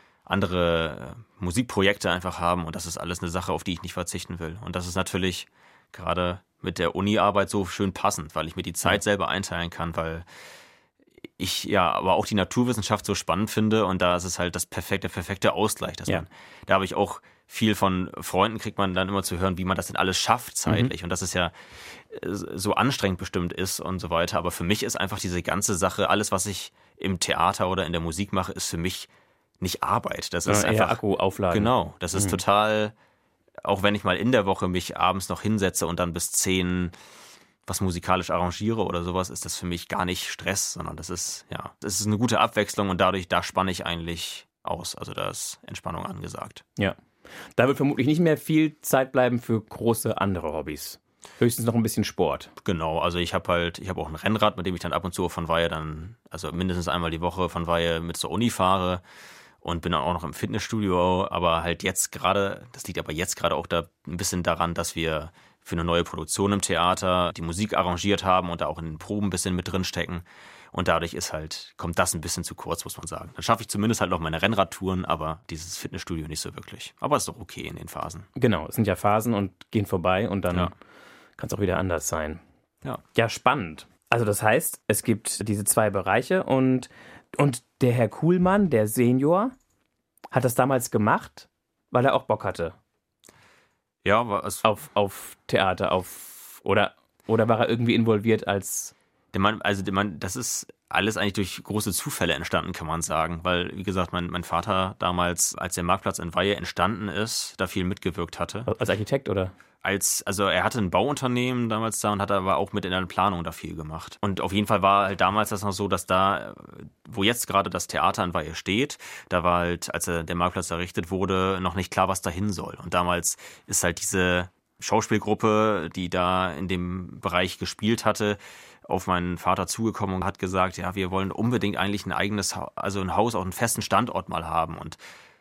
andere Musikprojekte einfach haben. Und das ist alles eine Sache, auf die ich nicht verzichten will. Und das ist natürlich gerade mit der Uni-Arbeit so schön passend, weil ich mir die Zeit selber einteilen kann, weil ich ja aber auch die Naturwissenschaft so spannend finde und da ist es halt das perfekte, perfekte Ausgleich. Dass ja. man, da habe ich auch viel von Freunden, kriegt man dann immer zu hören, wie man das denn alles schafft zeitlich mhm. und dass es ja so anstrengend bestimmt ist und so weiter. Aber für mich ist einfach diese ganze Sache, alles, was ich im Theater oder in der Musik mache, ist für mich nicht Arbeit. Das ist ja, einfach Akku aufladen. Genau, das ist mhm. total, auch wenn ich mal in der Woche mich abends noch hinsetze und dann bis zehn was musikalisch arrangiere oder sowas, ist das für mich gar nicht Stress, sondern das ist, ja, das ist eine gute Abwechslung und dadurch, da spanne ich eigentlich aus. Also da ist Entspannung angesagt. Ja. Da wird vermutlich nicht mehr viel Zeit bleiben für große andere Hobbys. Höchstens noch ein bisschen Sport. Genau, also ich habe halt, ich habe auch ein Rennrad, mit dem ich dann ab und zu von Weihe dann, also mindestens einmal die Woche von Weihe mit zur Uni fahre und bin dann auch noch im Fitnessstudio, aber halt jetzt gerade, das liegt aber jetzt gerade auch da ein bisschen daran, dass wir für eine neue Produktion im Theater die Musik arrangiert haben und da auch in den Proben ein bisschen mit drin stecken. Und dadurch ist halt, kommt das ein bisschen zu kurz, muss man sagen. Dann schaffe ich zumindest halt noch meine Rennradtouren, aber dieses Fitnessstudio nicht so wirklich. Aber ist doch okay in den Phasen. Genau, es sind ja Phasen und gehen vorbei und dann Ja. kann es auch wieder anders sein. Ja. Ja, spannend. Also das heißt, es gibt diese zwei Bereiche und, und der Herr Kuhlmann, der Senior, hat das damals gemacht, weil er auch Bock hatte. Ja, aber es, Auf, auf Theater, auf oder, oder war er irgendwie involviert als... der Mann, also der Mann, das ist alles eigentlich durch große Zufälle entstanden, kann man sagen. Weil, wie gesagt, mein, mein Vater damals, als der Marktplatz in Weihe entstanden ist, da viel mitgewirkt hatte. Als Architekt, oder? Als, also er hatte ein Bauunternehmen damals da und hat aber auch mit in der Planung da viel gemacht. Und auf jeden Fall war halt damals das noch so, dass da, wo jetzt gerade das Theater in Weihe steht, da war halt, als der Marktplatz errichtet wurde, noch nicht klar, was dahin soll. Und damals ist halt diese Schauspielgruppe, die da in dem Bereich gespielt hatte, auf meinen Vater zugekommen und hat gesagt, ja, wir wollen unbedingt eigentlich ein eigenes, also ein Haus, auch einen festen Standort mal haben. Und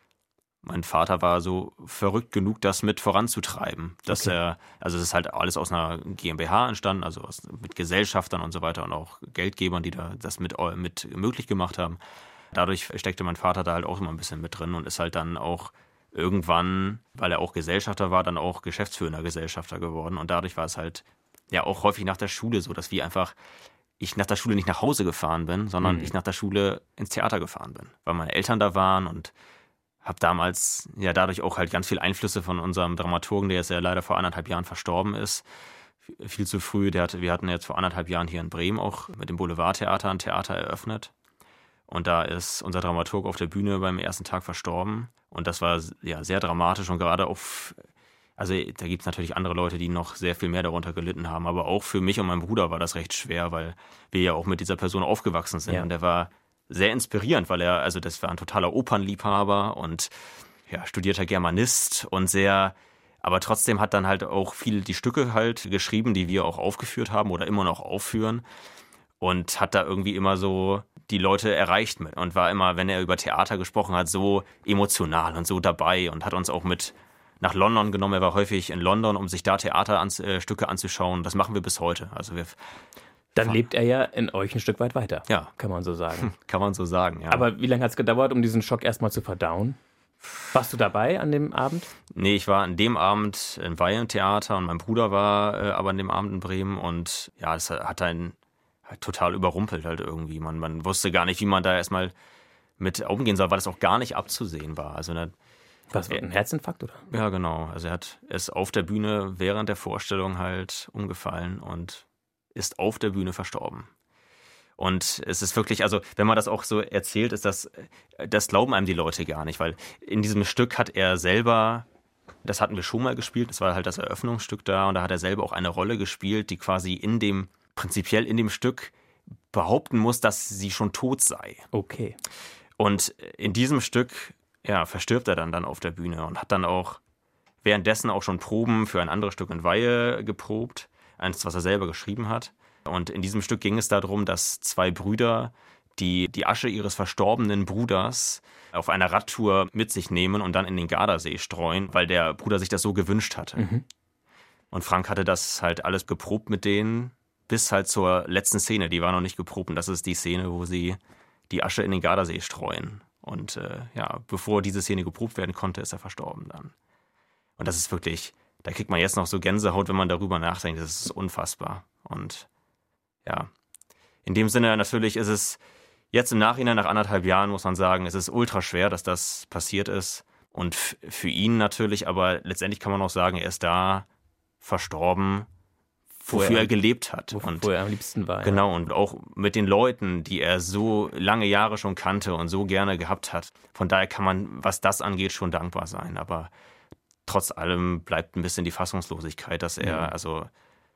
mein Vater war so verrückt genug, das mit voranzutreiben. Dass Okay. er, also das ist halt alles aus einer GmbH entstanden, also aus, mit Gesellschaftern und so weiter und auch Geldgebern, die da das mit, mit möglich gemacht haben. Dadurch steckte mein Vater da halt auch immer ein bisschen mit drin und ist halt dann auch irgendwann, weil er auch Gesellschafter war, dann auch geschäftsführender Gesellschafter geworden. Und dadurch war es halt ja auch häufig nach der Schule so, dass wir einfach, ich nach der Schule nicht nach Hause gefahren bin, sondern Mhm. ich nach der Schule ins Theater gefahren bin, weil meine Eltern da waren und habe damals ja dadurch auch halt ganz viel Einflüsse von unserem Dramaturgen, der jetzt ja leider vor anderthalb Jahren verstorben ist, viel zu früh. Der hatte, wir hatten jetzt vor anderthalb Jahren hier in Bremen auch mit dem Boulevardtheater ein Theater eröffnet. Und da ist unser Dramaturg auf der Bühne beim ersten Tag verstorben. Und das war ja sehr dramatisch und gerade auf, also da gibt es natürlich andere Leute, die noch sehr viel mehr darunter gelitten haben. Aber auch für mich und meinen Bruder war das recht schwer, weil wir ja auch mit dieser Person aufgewachsen sind. Ja. Und der war sehr inspirierend, weil er, also das war ein totaler Opernliebhaber und ja, studierter Germanist und sehr, aber trotzdem hat dann halt auch viel die Stücke halt geschrieben, die wir auch aufgeführt haben oder immer noch aufführen und hat da irgendwie immer so die Leute erreicht mit und war immer, wenn er über Theater gesprochen hat, so emotional und so dabei und hat uns auch mit nach London genommen. Er war häufig in London, um sich da Theaterstücke anzuschauen. Das machen wir bis heute. Also wir Dann lebt er ja in euch ein Stück weit weiter, Ja. kann man so sagen. kann man so sagen, ja. Aber wie lange hat es gedauert, um diesen Schock erstmal zu verdauen? Warst du dabei an dem Abend? Nee, ich war an dem Abend im Weihe im Theater und mein Bruder war äh, aber an dem Abend in Bremen und ja, es hat einen halt total überrumpelt halt irgendwie. Man, man wusste gar nicht, wie man da erstmal mit umgehen soll, weil es auch gar nicht abzusehen war. Also eine, Was, ein Herzinfarkt, oder? ja, genau. Also er hat ist auf der Bühne während der Vorstellung halt umgefallen und ist auf der Bühne verstorben. Und es ist wirklich, also wenn man das auch so erzählt, ist das, das glauben einem die Leute gar nicht, weil in diesem Stück hat er selber, das hatten wir schon mal gespielt, das war halt das Eröffnungsstück da und da hat er selber auch eine Rolle gespielt, die quasi in dem, prinzipiell in dem Stück behaupten muss, dass sie schon tot sei. Okay. Und in diesem Stück, ja, verstirbt er dann, dann auf der Bühne und hat dann auch währenddessen auch schon Proben für ein anderes Stück in Weihe geprobt, eins, was er selber geschrieben hat. Und in diesem Stück ging es darum, dass zwei Brüder die die Asche ihres verstorbenen Bruders auf einer Radtour mit sich nehmen und dann in den Gardasee streuen, weil der Bruder sich das so gewünscht hatte. Mhm. Und Frank hatte das halt alles geprobt mit denen, bis halt zur letzten Szene. Die war noch nicht geprobt und das ist die Szene, wo sie die Asche in den Gardasee streuen. Und äh, ja, bevor diese Szene geprobt werden konnte, ist er verstorben dann. Und das ist wirklich, da kriegt man jetzt noch so Gänsehaut, wenn man darüber nachdenkt. Das ist unfassbar. Und ja, in dem Sinne natürlich ist es jetzt im Nachhinein, nach anderthalb Jahren, muss man sagen, es ist ultra schwer, dass das passiert ist. Und f- für ihn natürlich, aber letztendlich kann man auch sagen, er ist da verstorben, wofür Wo er- er gelebt hat. Wo, Und wo er am liebsten war. Ja. genau, und auch mit den Leuten, die er so lange Jahre schon kannte und so gerne gehabt hat. Von daher kann man, was das angeht, schon dankbar sein. Aber trotz allem bleibt ein bisschen die Fassungslosigkeit, dass er, Mhm. also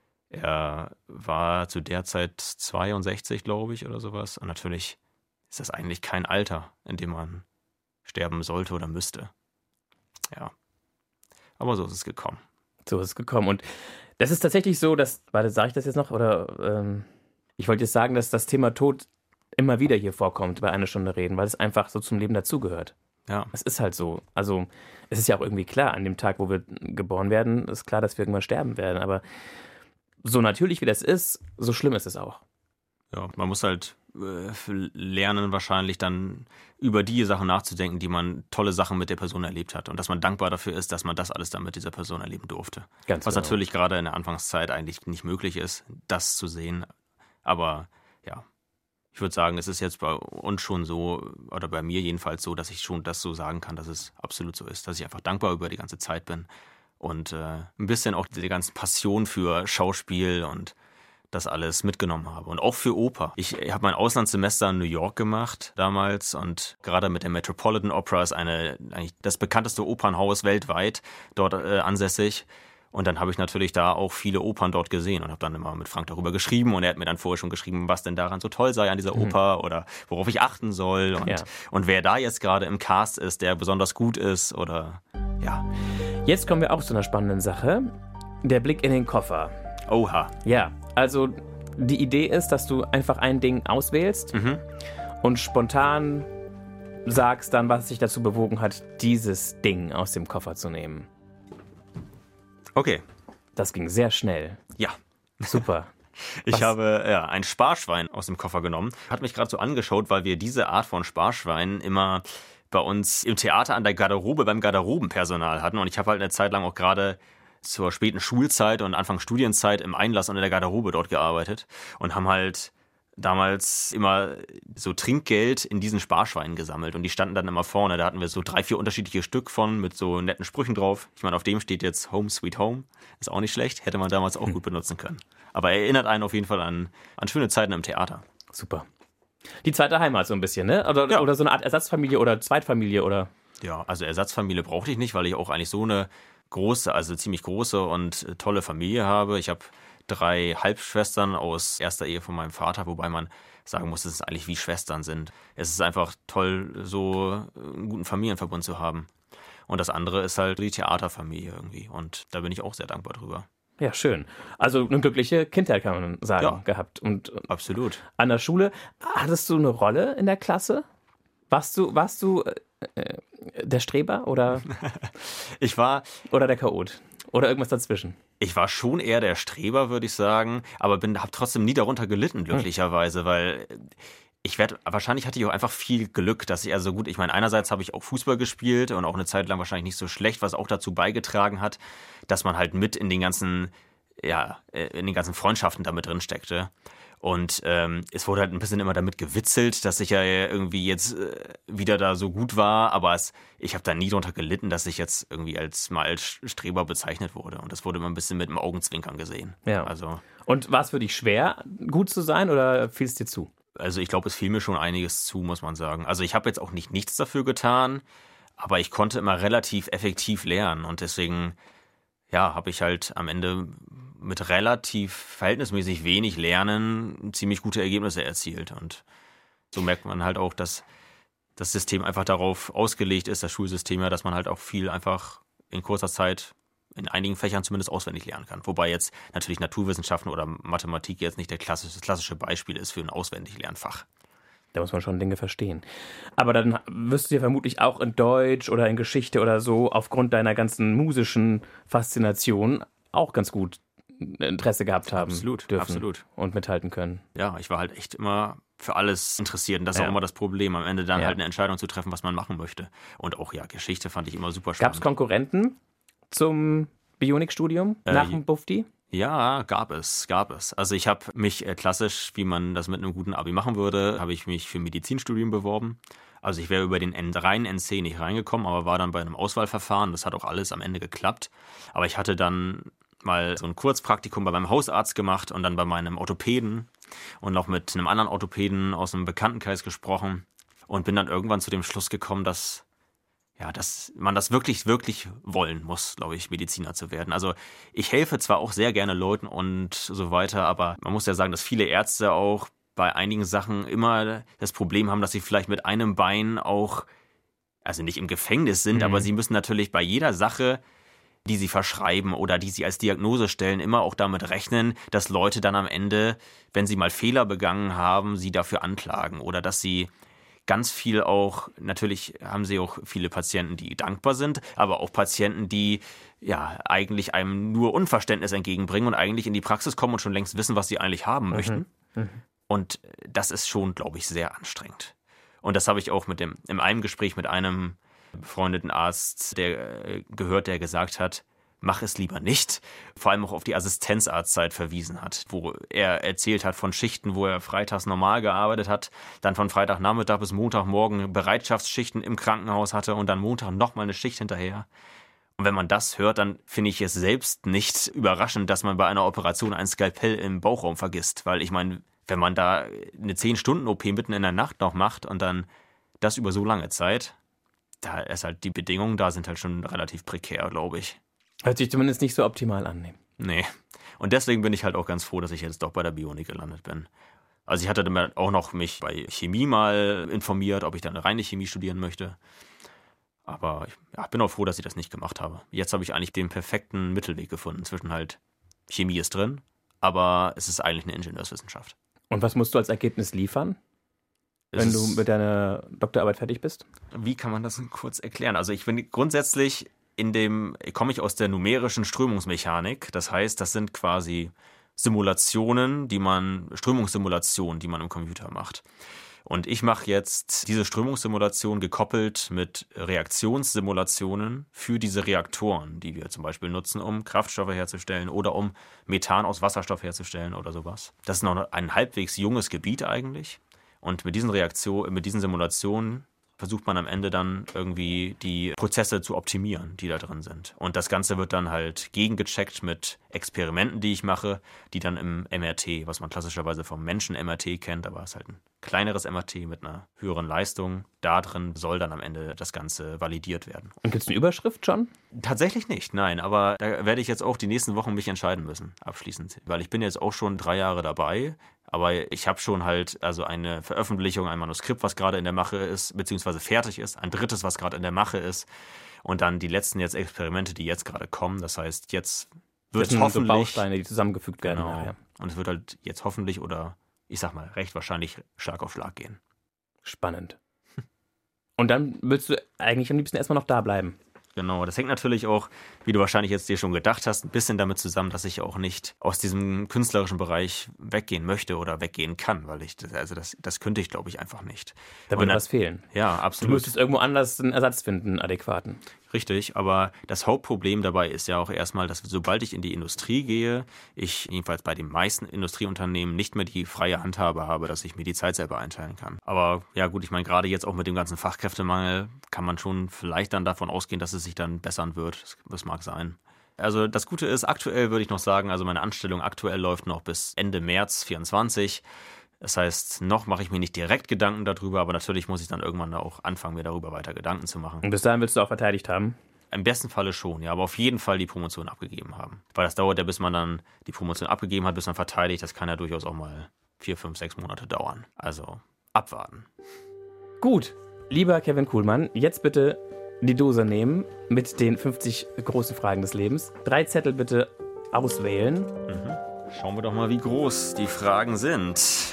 er war zu der Zeit zweiundsechzig, glaube ich, oder sowas. Und natürlich ist das eigentlich kein Alter, in dem man sterben sollte oder müsste. Ja. Aber so ist es gekommen. So ist es gekommen. Und das ist tatsächlich so, dass, warte, sage ich das jetzt noch? Oder ähm, ich wollte jetzt sagen, dass das Thema Tod immer wieder hier vorkommt bei einer Stunde reden, weil es einfach so zum Leben dazugehört. Ja. Es ist halt so. Also es ist ja auch irgendwie klar, an dem Tag, wo wir geboren werden, ist klar, dass wir irgendwann sterben werden. Aber so natürlich wie das ist, so schlimm ist es auch. Ja, man muss halt äh, lernen, wahrscheinlich dann über die Sachen nachzudenken, die man tolle Sachen mit der Person erlebt hat. Und dass man dankbar dafür ist, dass man das alles dann mit dieser Person erleben durfte. Ganz Was genau. natürlich gerade in der Anfangszeit eigentlich nicht möglich ist, das zu sehen. Aber ja, ich würde sagen, es ist jetzt bei uns schon so, oder bei mir jedenfalls so, dass ich schon das so sagen kann, dass es absolut so ist. Dass ich einfach dankbar über die ganze Zeit bin. Und äh, ein bisschen auch die ganze Passion für Schauspiel und das alles mitgenommen habe. Und auch für Oper. Ich habe mein Auslandssemester in New York gemacht damals und gerade mit der Metropolitan Opera ist eine, eigentlich das bekannteste Opernhaus weltweit dort äh, ansässig. Und dann habe ich natürlich da auch viele Opern dort gesehen und habe dann immer mit Frank darüber geschrieben und er hat mir dann vorher schon geschrieben, was denn daran so toll sei an dieser Oper mhm. oder worauf ich achten soll und, ja. und wer da jetzt gerade im Cast ist, der besonders gut ist oder ja. Jetzt kommen wir auch zu einer spannenden Sache. Der Blick in den Koffer. Oha. Ja, also die Idee ist, dass du einfach ein Ding auswählst mhm. und spontan sagst dann, was dich dazu bewogen hat, dieses Ding aus dem Koffer zu nehmen. Okay. Das ging sehr schnell. Ja. Super. Ich was? habe ja, ein Sparschwein aus dem Koffer genommen. Hat mich gerade so angeschaut, weil wir diese Art von Sparschwein immer bei uns im Theater an der Garderobe beim Garderobenpersonal hatten. Und ich habe halt eine Zeit lang auch gerade zur späten Schulzeit und Anfang Studienzeit im Einlass und in der Garderobe dort gearbeitet und haben halt damals immer so Trinkgeld in diesen Sparschweinen gesammelt und die standen dann immer vorne. Da hatten wir so drei, vier unterschiedliche Stück von mit so netten Sprüchen drauf. Ich meine, auf dem steht jetzt Home Sweet Home. Ist auch nicht schlecht. Hätte man damals auch hm. gut benutzen können. Aber erinnert einen auf jeden Fall an, an schöne Zeiten im Theater. Super. Die zweite Heimat so ein bisschen, ne? Oder, ja. oder so eine Art Ersatzfamilie oder Zweitfamilie, oder? Ja, also Ersatzfamilie brauchte ich nicht, weil ich auch eigentlich so eine große, also ziemlich große und tolle Familie habe. Ich habe drei Halbschwestern aus erster Ehe von meinem Vater, wobei man sagen muss, dass es eigentlich wie Schwestern sind. Es ist einfach toll, so einen guten Familienverbund zu haben. Und das andere ist halt die Theaterfamilie irgendwie. Und da bin ich auch sehr dankbar drüber. Ja, schön. Also eine glückliche Kindheit, kann man sagen, ja, gehabt. Und absolut. An der Schule, hattest du eine Rolle in der Klasse? Warst du, warst du äh, der Streber oder? Ich war... Oder der Chaot? Oder irgendwas dazwischen? Ich war schon eher der Streber, würde ich sagen, aber bin, habe trotzdem nie darunter gelitten, glücklicherweise, hm. weil ich werde, wahrscheinlich hatte ich auch einfach viel Glück, dass ich, also gut, ich meine, einerseits habe ich auch Fußball gespielt und auch eine Zeit lang wahrscheinlich nicht so schlecht, was auch dazu beigetragen hat, dass man halt mit in den ganzen, ja, in den ganzen Freundschaften da mit drin steckte. Und ähm, es wurde halt ein bisschen immer damit gewitzelt, dass ich ja irgendwie jetzt äh, wieder da so gut war, aber es, ich habe da nie drunter gelitten, dass ich jetzt irgendwie als mal als Streber bezeichnet wurde. Und das wurde immer ein bisschen mit dem Augenzwinkern gesehen. Ja. Also, und war es für dich schwer, gut zu sein oder fiel es dir zu? Also ich glaube, es fiel mir schon einiges zu, muss man sagen. Also ich habe jetzt auch nicht nichts dafür getan, aber ich konnte immer relativ effektiv lernen. Und deswegen, ja, habe ich halt am Ende mit relativ verhältnismäßig wenig Lernen ziemlich gute Ergebnisse erzielt. Und so merkt man halt auch, dass das System einfach darauf ausgelegt ist, das Schulsystem ja, dass man halt auch viel einfach in kurzer Zeit in einigen Fächern zumindest auswendig lernen kann. Wobei jetzt natürlich Naturwissenschaften oder Mathematik jetzt nicht der klassische, das klassische Beispiel ist für ein Auswendiglernfach. Da muss man schon Dinge verstehen. Aber dann wirst du dir vermutlich auch in Deutsch oder in Geschichte oder so aufgrund deiner ganzen musischen Faszination auch ganz gut Interesse gehabt haben absolut, dürfen absolut. Und mithalten können. Ja, ich war halt echt immer für alles interessiert und das ist ja. auch immer das Problem, am Ende dann ja. halt eine Entscheidung zu treffen, was man machen möchte. Und auch, ja, Geschichte fand ich immer super spannend. Gab es Konkurrenten zum Bionikstudium äh, nach dem Bufti? Ja, gab es, gab es. Also ich habe mich äh, klassisch, wie man das mit einem guten Abi machen würde, habe ich mich für Medizinstudium beworben. Also ich wäre über den N- reinen N C nicht reingekommen, aber war dann bei einem Auswahlverfahren. Das hat auch alles am Ende geklappt. Aber ich hatte dann mal so ein Kurzpraktikum bei meinem Hausarzt gemacht und dann bei meinem Orthopäden und noch mit einem anderen Orthopäden aus einem Bekanntenkreis gesprochen und bin dann irgendwann zu dem Schluss gekommen, dass ja, dass man das wirklich, wirklich wollen muss, glaube ich, Mediziner zu werden. Also ich helfe zwar auch sehr gerne Leuten und so weiter, aber man muss ja sagen, dass viele Ärzte auch bei einigen Sachen immer das Problem haben, dass sie vielleicht mit einem Bein auch, also nicht im Gefängnis sind, mhm. aber sie müssen natürlich bei jeder Sache die sie verschreiben oder die sie als Diagnose stellen, immer auch damit rechnen, dass Leute dann am Ende, wenn sie mal Fehler begangen haben, sie dafür anklagen oder dass sie ganz viel auch, natürlich haben sie auch viele Patienten, die dankbar sind, aber auch Patienten, die ja eigentlich einem nur Unverständnis entgegenbringen und eigentlich in die Praxis kommen und schon längst wissen, was sie eigentlich haben möchten. Mhm. Mhm. Und das ist schon, glaube ich, sehr anstrengend. Und das habe ich auch mit dem, in einem Gespräch mit einem befreundeten Arzt, der äh, gehört, der gesagt hat, mach es lieber nicht, vor allem auch auf die Assistenzarztzeit verwiesen hat, wo er erzählt hat von Schichten, wo er freitags normal gearbeitet hat, dann von Freitagnachmittag bis Montagmorgen Bereitschaftsschichten im Krankenhaus hatte und dann Montag nochmal eine Schicht hinterher. Und wenn man das hört, dann finde ich es selbst nicht überraschend, dass man bei einer Operation ein Skalpell im Bauchraum vergisst, weil ich meine, wenn man da eine zehn-Stunden-O P mitten in der Nacht noch macht und dann das über so lange Zeit, da ist halt die Bedingungen da sind halt schon relativ prekär, glaube ich. Hört sich zumindest nicht so optimal an. Nee. Nee. Und deswegen bin ich halt auch ganz froh, dass ich jetzt doch bei der Bionik gelandet bin. Also ich hatte dann auch noch mich bei Chemie mal informiert, ob ich dann eine reine Chemie studieren möchte. Aber ich ja, bin auch froh, dass ich das nicht gemacht habe. Jetzt habe ich eigentlich den perfekten Mittelweg gefunden zwischen halt Chemie ist drin, aber es ist eigentlich eine Ingenieurswissenschaft. Und was musst du als Ergebnis liefern, Es wenn du ist- mit deiner Doktorarbeit fertig bist? Wie kann man das kurz erklären? Also ich bin grundsätzlich in dem, komme ich aus der numerischen Strömungsmechanik. Das heißt, das sind quasi Simulationen, die man, Strömungssimulationen, die man im Computer macht. Und ich mache jetzt diese Strömungssimulation gekoppelt mit Reaktionssimulationen für diese Reaktoren, die wir zum Beispiel nutzen, um Kraftstoffe herzustellen oder um Methan aus Wasserstoff herzustellen oder sowas. Das ist noch ein halbwegs junges Gebiet eigentlich. Und mit diesen Reaktionen, mit diesen Simulationen versucht man am Ende dann irgendwie die Prozesse zu optimieren, die da drin sind. Und das Ganze wird dann halt gegengecheckt mit Experimenten, die ich mache, die dann im M R T, was man klassischerweise vom Menschen-M R T kennt, aber es ist halt ein kleineres M R T mit einer höheren Leistung. Da drin soll dann am Ende das Ganze validiert werden. Und gibt es eine Überschrift schon? Tatsächlich nicht, nein, aber da werde ich jetzt auch die nächsten Wochen mich entscheiden müssen, abschließend. Weil ich bin jetzt auch schon drei Jahre dabei, aber ich habe schon halt also eine Veröffentlichung, ein Manuskript, was gerade in der Mache ist, beziehungsweise fertig ist, ein drittes, was gerade in der Mache ist und dann die letzten jetzt Experimente, die jetzt gerade kommen. Das heißt, jetzt wird Das sind hoffentlich... so Bausteine, die zusammengefügt werden. Genau. nachher. Und es wird halt jetzt hoffentlich oder ich sag mal recht wahrscheinlich Schlag auf Schlag gehen. Spannend. Und dann willst du eigentlich am liebsten erstmal noch da bleiben. Genau, das hängt natürlich auch, wie du wahrscheinlich jetzt dir schon gedacht hast, ein bisschen damit zusammen, dass ich auch nicht aus diesem künstlerischen Bereich weggehen möchte oder weggehen kann, weil ich, das, also das, das könnte ich, glaube ich, einfach nicht. Da Und würde dann- was fehlen. Ja, Du absolut. müsstest irgendwo anders einen Ersatz finden, einen adäquaten. Richtig, aber das Hauptproblem dabei ist ja auch erstmal, dass sobald ich in die Industrie gehe, ich jedenfalls bei den meisten Industrieunternehmen nicht mehr die freie Handhabe habe, dass ich mir die Zeit selber einteilen kann. Aber ja gut, ich meine, gerade jetzt auch mit dem ganzen Fachkräftemangel kann man schon vielleicht dann davon ausgehen, dass es sich dann bessern wird. Das, das mag sein. Also das Gute ist, aktuell würde ich noch sagen, also meine Anstellung aktuell läuft noch bis Ende März vierundzwanzig. Das heißt, noch mache ich mir nicht direkt Gedanken darüber, aber natürlich muss ich dann irgendwann auch anfangen, mir darüber weiter Gedanken zu machen. Und bis dahin willst du auch verteidigt haben. Im besten Falle schon, ja, aber auf jeden Fall die Promotion abgegeben haben. Weil das dauert ja, bis man dann die Promotion abgegeben hat, bis man verteidigt. Das kann ja durchaus auch mal vier, fünf, sechs Monate dauern. Also abwarten. Gut, lieber Kevin Kuhlmann, jetzt bitte die Dose nehmen mit den fünfzig großen Fragen des Lebens. Drei Zettel bitte auswählen. Schauen wir doch mal, wie groß die Fragen sind.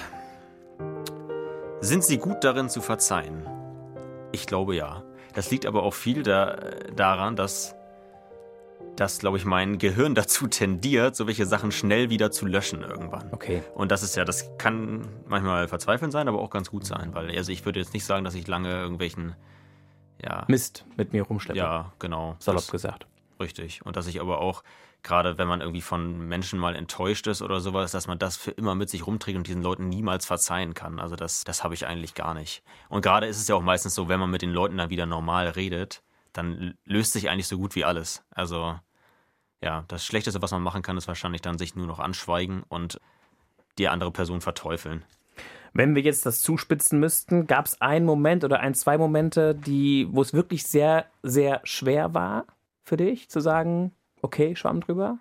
Sind Sie gut darin zu verzeihen? Ich glaube ja. Das liegt aber auch viel da, daran, dass, dass, glaube ich, mein Gehirn dazu tendiert, so welche Sachen schnell wieder zu löschen irgendwann. Okay. Und das ist ja, das kann manchmal verzweifelnd sein, aber auch ganz gut sein, weil also ich würde jetzt nicht sagen, dass ich lange irgendwelchen, ja, Mist mit mir rumschleppen. ja, genau, Salopp das, gesagt. richtig. Und dass ich aber auch, gerade wenn man irgendwie von Menschen mal enttäuscht ist oder sowas, dass man das für immer mit sich rumträgt und diesen Leuten niemals verzeihen kann. Also das, das habe ich eigentlich gar nicht. Und gerade ist es ja auch meistens so, wenn man mit den Leuten dann wieder normal redet, dann löst sich eigentlich so gut wie alles. Also ja, das Schlechteste, was man machen kann, ist wahrscheinlich dann sich nur noch anschweigen und die andere Person verteufeln. Wenn wir jetzt das zuspitzen müssten, gab es einen Moment oder ein, zwei Momente, die, wo es wirklich sehr, sehr schwer war für dich, zu sagen, okay, Schwamm drüber?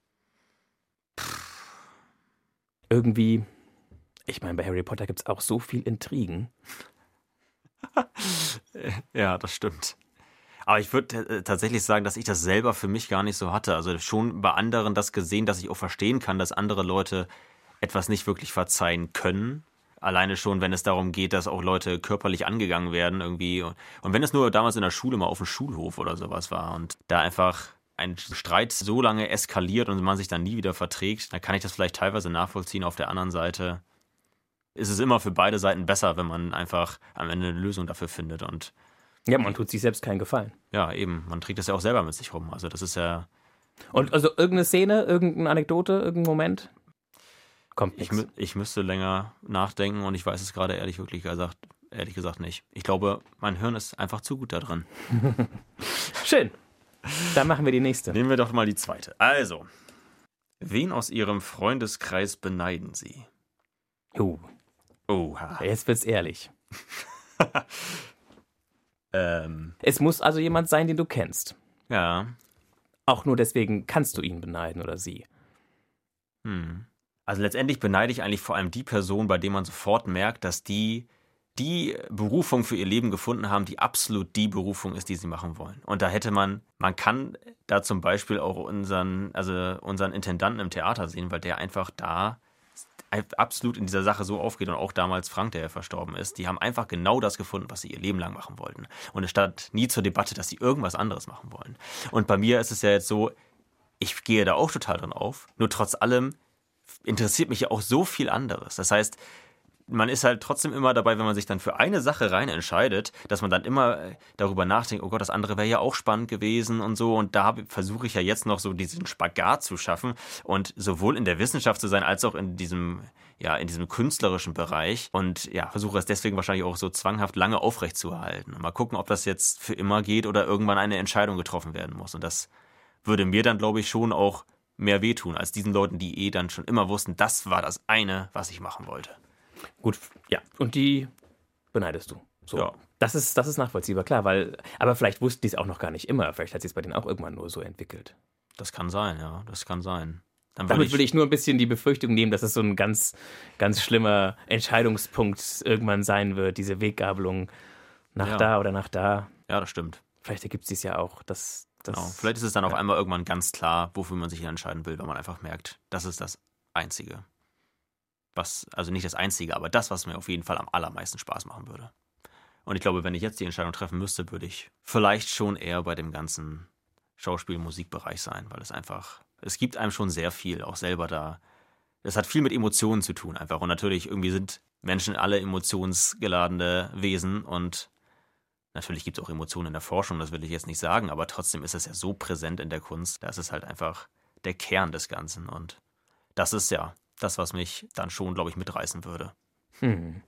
Irgendwie, ich meine, bei Harry Potter gibt es auch so viel Intrigen. Ja, das stimmt. Aber ich würde äh, tatsächlich sagen, dass ich das selber für mich gar nicht so hatte. Also schon bei anderen das gesehen, dass ich auch verstehen kann, dass andere Leute etwas nicht wirklich verzeihen können. Alleine schon, wenn es darum geht, dass auch Leute körperlich angegangen werden irgendwie. Und wenn es nur damals in der Schule mal auf dem Schulhof oder sowas war und da einfach ein Streit so lange eskaliert und man sich dann nie wieder verträgt, dann kann ich das vielleicht teilweise nachvollziehen. Auf der anderen Seite ist es immer für beide Seiten besser, wenn man einfach am Ende eine Lösung dafür findet. Und ja, man tut sich selbst keinen Gefallen. Ja, eben. Man trägt das ja auch selber mit sich rum. Also das ist ja... Und also irgendeine Szene, irgendeine Anekdote, irgendein Moment? Kommt ich, nichts. ich müsste länger nachdenken und ich weiß es gerade ehrlich wirklich gesagt, ehrlich gesagt nicht. Ich glaube, mein Hirn ist einfach zu gut da drin. Schön. Dann machen wir die nächste. Nehmen wir doch mal die zweite. Also, wen aus Ihrem Freundeskreis beneiden Sie? Uh. Oha. Jetzt wird's ehrlich. ähm, es muss also jemand sein, den du kennst. Ja. Auch nur deswegen kannst du ihn beneiden oder sie. Hm. Also letztendlich beneide ich eigentlich vor allem die Person, bei der man sofort merkt, dass die die Berufung für ihr Leben gefunden haben, die absolut die Berufung ist, die sie machen wollen. Und da hätte man, man kann da zum Beispiel auch unseren, also unseren Intendanten im Theater sehen, weil der einfach da absolut in dieser Sache so aufgeht und auch damals Frank, der ja verstorben ist, die haben einfach genau das gefunden, was sie ihr Leben lang machen wollten. Und es stand nie zur Debatte, dass sie irgendwas anderes machen wollen. Und bei mir ist es ja jetzt so, ich gehe da auch total drin auf, nur trotz allem interessiert mich ja auch so viel anderes. Das heißt, man ist halt trotzdem immer dabei, wenn man sich dann für eine Sache rein entscheidet, dass man dann immer darüber nachdenkt, oh Gott, das andere wäre ja auch spannend gewesen und so. Und da versuche ich ja jetzt noch so diesen Spagat zu schaffen und sowohl in der Wissenschaft zu sein, als auch in diesem, ja, in diesem künstlerischen Bereich. Und ja, versuche es deswegen wahrscheinlich auch so zwanghaft lange aufrechtzuerhalten. Mal gucken, ob das jetzt für immer geht oder irgendwann eine Entscheidung getroffen werden muss. Und das würde mir dann, glaube ich, schon auch mehr wehtun, als diesen Leuten, die eh dann schon immer wussten, das war das eine, was ich machen wollte. Gut, ja. Und die beneidest du. So. Ja. Das ist, das ist nachvollziehbar, klar, weil, aber vielleicht wussten die es auch noch gar nicht immer. Vielleicht hat sich es bei denen auch irgendwann nur so entwickelt. Das kann sein, ja, das kann sein. Dann Damit ich, will ich nur ein bisschen die Befürchtung nehmen, dass es so ein ganz, ganz schlimmer Entscheidungspunkt irgendwann sein wird, diese Weggabelung nach ja. da oder nach da. Ja, das stimmt. Vielleicht ergibt es sich ja auch, dass das. Genau. Vielleicht ist es dann ja. auf einmal irgendwann ganz klar, wofür man sich entscheiden will, wenn man einfach merkt, das ist das Einzige. Was, also nicht das Einzige, aber das, was mir auf jeden Fall am allermeisten Spaß machen würde. Und ich glaube, wenn ich jetzt die Entscheidung treffen müsste, würde ich vielleicht schon eher bei dem ganzen Schauspiel-Musikbereich sein, weil es einfach, es gibt einem schon sehr viel, auch selber da. Es hat viel mit Emotionen zu tun einfach. Und natürlich irgendwie sind Menschen alle emotionsgeladene Wesen und natürlich gibt es auch Emotionen in der Forschung, das will ich jetzt nicht sagen, aber trotzdem ist es ja so präsent in der Kunst, da ist es halt einfach der Kern des Ganzen und das ist ja das, was mich dann schon, glaube ich, mitreißen würde. Hm.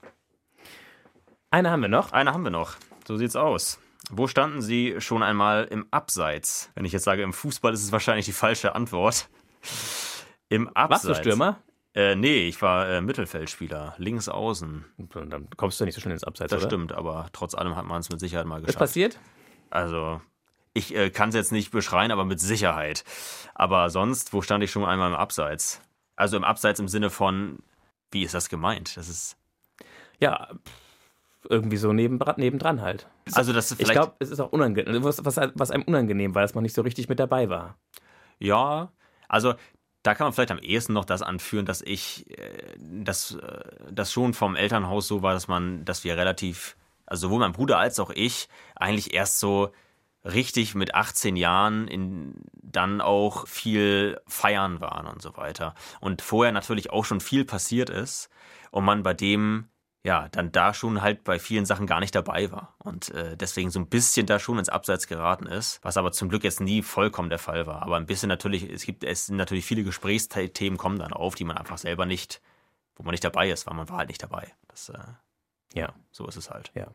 Eine haben wir noch. Eine haben wir noch. So sieht's aus. Wo standen Sie schon einmal im Abseits? Wenn ich jetzt sage, im Fußball ist es wahrscheinlich die falsche Antwort. Im Abseits. Warst du Stürmer? Äh, nee, ich war äh, Mittelfeldspieler, links außen. Dann kommst du nicht so schnell ins Abseits, Das oder? stimmt, aber trotz allem hat man es mit Sicherheit mal Ist geschafft. passiert? Also, ich äh, kann es jetzt nicht beschreien, aber mit Sicherheit. Aber sonst, wo stand ich schon einmal im Abseits? Also im Abseits im Sinne von, wie ist das gemeint? Das ist Ja, irgendwie so neben, nebendran halt. also das Ich vielleicht. glaube, es ist auch unangenehm, was, was, was einem unangenehm war, dass man nicht so richtig mit dabei war. Ja, also da kann man vielleicht am ehesten noch das anführen, dass ich, äh, dass äh, das schon vom Elternhaus so war, dass man, dass wir relativ, also sowohl mein Bruder als auch ich, eigentlich erst so richtig mit achtzehn Jahren in, dann auch viel feiern waren und so weiter. Und vorher natürlich auch schon viel passiert ist und man bei dem, ja, dann da schon halt bei vielen Sachen gar nicht dabei war und äh, deswegen so ein bisschen da schon ins Abseits geraten ist, was aber zum Glück jetzt nie vollkommen der Fall war. Aber ein bisschen natürlich, es gibt, es sind natürlich viele Gesprächsthemen kommen dann auf, die man einfach selber nicht, wo man nicht dabei ist, weil man war halt nicht dabei. Das, äh, Ja. so ist es halt. Ja.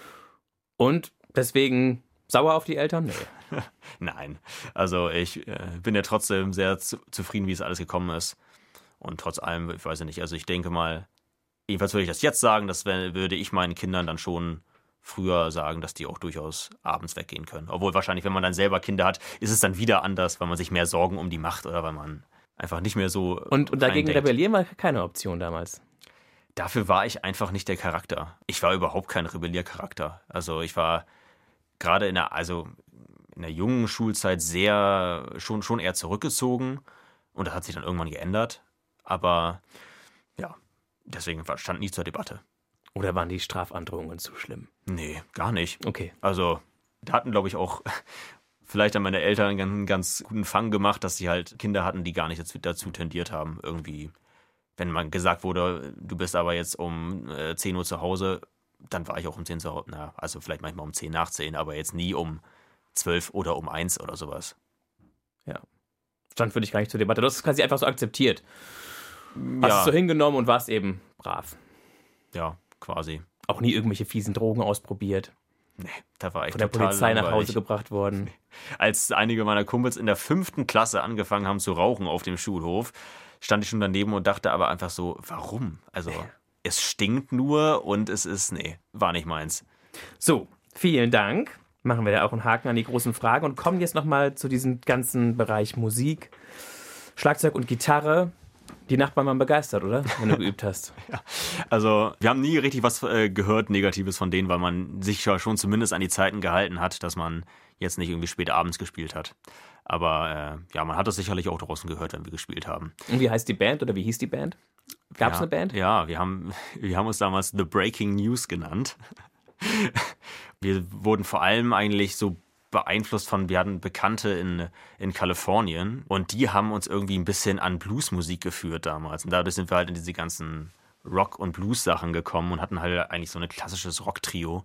Und deswegen sauer auf die Eltern? Nee. Nein, also ich äh, bin ja trotzdem sehr zu, zufrieden, wie es alles gekommen ist. Und trotz allem, ich weiß ja nicht, also ich denke mal, jedenfalls würde ich das jetzt sagen, das wär, würde ich meinen Kindern dann schon früher sagen, dass die auch durchaus abends weggehen können. Obwohl wahrscheinlich, wenn man dann selber Kinder hat, ist es dann wieder anders, weil man sich mehr Sorgen um die macht oder weil man einfach nicht mehr so Und, und dagegen reindenkt. rebellieren war keine Option damals. Dafür war ich einfach nicht der Charakter. Ich war überhaupt kein Rebelliercharakter. Also ich war gerade in der, also in der jungen Schulzeit sehr, schon, schon eher zurückgezogen. Und das hat sich dann irgendwann geändert. Aber ja, deswegen stand nie zur Debatte. Oder waren die Strafandrohungen zu schlimm? Nee, gar nicht. Okay. Also, da hatten, glaube ich, auch vielleicht haben meine Eltern einen ganz guten Fang gemacht, dass sie halt Kinder hatten, die gar nicht dazu, dazu tendiert haben. Irgendwie, wenn man gesagt wurde, du bist aber jetzt um äh, zehn Uhr zu Hause, dann war ich auch um zehn zu Hause. Na, also vielleicht manchmal um zehn nach zehn, aber jetzt nie um zwölf oder um eins oder sowas. Ja. Stand für dich gar nicht zur Debatte. Du hast es quasi einfach so akzeptiert. Hast Ja. es so hingenommen und warst eben brav. Ja, quasi. Auch nie irgendwelche fiesen Drogen ausprobiert. Nee, da war ich Von der total Polizei nach langweilig. Hause gebracht worden. Als einige meiner Kumpels in der fünften Klasse angefangen haben zu rauchen auf dem Schulhof, stand ich schon daneben und dachte aber einfach so, warum? Also, es stinkt nur und es ist, nee, war nicht meins. So, vielen Dank. Machen wir da auch einen Haken an die großen Fragen und kommen jetzt nochmal zu diesem ganzen Bereich Musik, Schlagzeug und Gitarre. Die Nachbarn waren begeistert, oder? Wenn du geübt hast. Ja, also wir haben nie richtig was äh, gehört, Negatives von denen, weil man sich ja schon zumindest an die Zeiten gehalten hat, dass man jetzt nicht irgendwie spät abends gespielt hat. Aber äh, ja, man hat das sicherlich auch draußen gehört, wenn wir gespielt haben. Und wie heißt die Band oder wie hieß die Band? Gab es ja, eine Band? Ja, wir haben, wir haben uns damals The Breaking News genannt. Wir wurden vor allem eigentlich so beeinflusst von, wir hatten Bekannte in, in Kalifornien und die haben uns irgendwie ein bisschen an Bluesmusik geführt damals. Und dadurch sind wir halt in diese ganzen Rock- und Blues-Sachen gekommen und hatten halt eigentlich so ein klassisches Rock-Trio.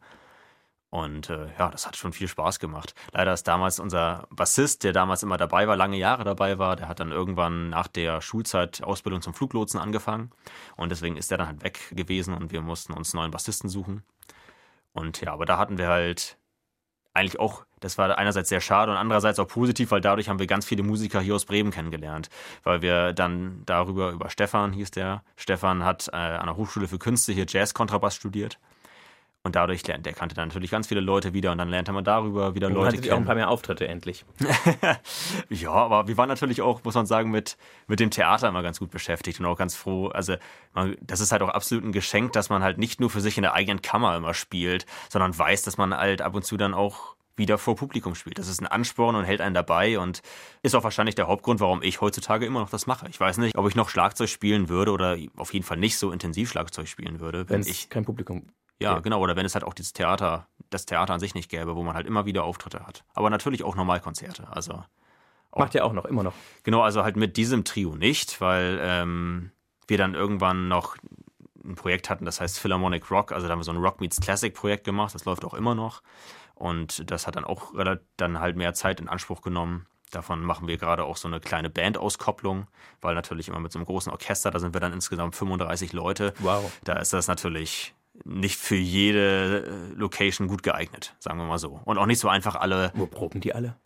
Und äh, ja, das hat schon viel Spaß gemacht. Leider ist damals unser Bassist, der damals immer dabei war, lange Jahre dabei war, der hat dann irgendwann nach der Schulzeit Ausbildung zum Fluglotsen angefangen. Und deswegen ist der dann halt weg gewesen und wir mussten uns einen neuen Bassisten suchen. Und ja, aber da hatten wir halt eigentlich auch, das war einerseits sehr schade und andererseits auch positiv, weil dadurch haben wir ganz viele Musiker hier aus Bremen kennengelernt. Weil wir dann darüber, über Stefan hieß der, Stefan hat äh, an der Hochschule für Künste hier Jazz-Kontrabass studiert. Und dadurch lernt, der kannte dann natürlich ganz viele Leute wieder und dann lernte man darüber wieder Und Leute hattet ihr auch ein paar mehr Auftritte endlich. Ja, aber wir waren natürlich auch, muss man sagen, mit, mit dem Theater immer ganz gut beschäftigt und auch ganz froh. Also man, das ist halt auch absolut ein Geschenk, dass man halt nicht nur für sich in der eigenen Kammer immer spielt, sondern weiß, dass man halt ab und zu dann auch wieder vor Publikum spielt. Das ist ein Ansporn und hält einen dabei und ist auch wahrscheinlich der Hauptgrund, warum ich heutzutage immer noch das mache. Ich weiß nicht, ob ich noch Schlagzeug spielen würde oder auf jeden Fall nicht so intensiv Schlagzeug spielen würde, wenn Wenn ich es kein Publikum. Ja, Ja. genau. Oder wenn es halt auch dieses Theater, das Theater an sich nicht gäbe, wo man halt immer wieder Auftritte hat. Aber natürlich auch Normalkonzerte. Also auch, Macht ihr auch noch, immer noch. genau, also halt mit diesem Trio nicht, weil ähm, wir dann irgendwann noch ein Projekt hatten, das heißt Philharmonic Rock. Also da haben wir so ein Rock Meets Classic Projekt gemacht. Das läuft auch immer noch. Und das hat dann auch dann halt mehr Zeit in Anspruch genommen. Davon machen wir gerade auch so eine kleine Bandauskopplung, weil natürlich immer mit so einem großen Orchester, da sind wir dann insgesamt fünfunddreißig Leute. Wow. Da ist das natürlich nicht für jede äh, Location gut geeignet, sagen wir mal so. Und auch nicht so einfach alle. Wo proben die alle?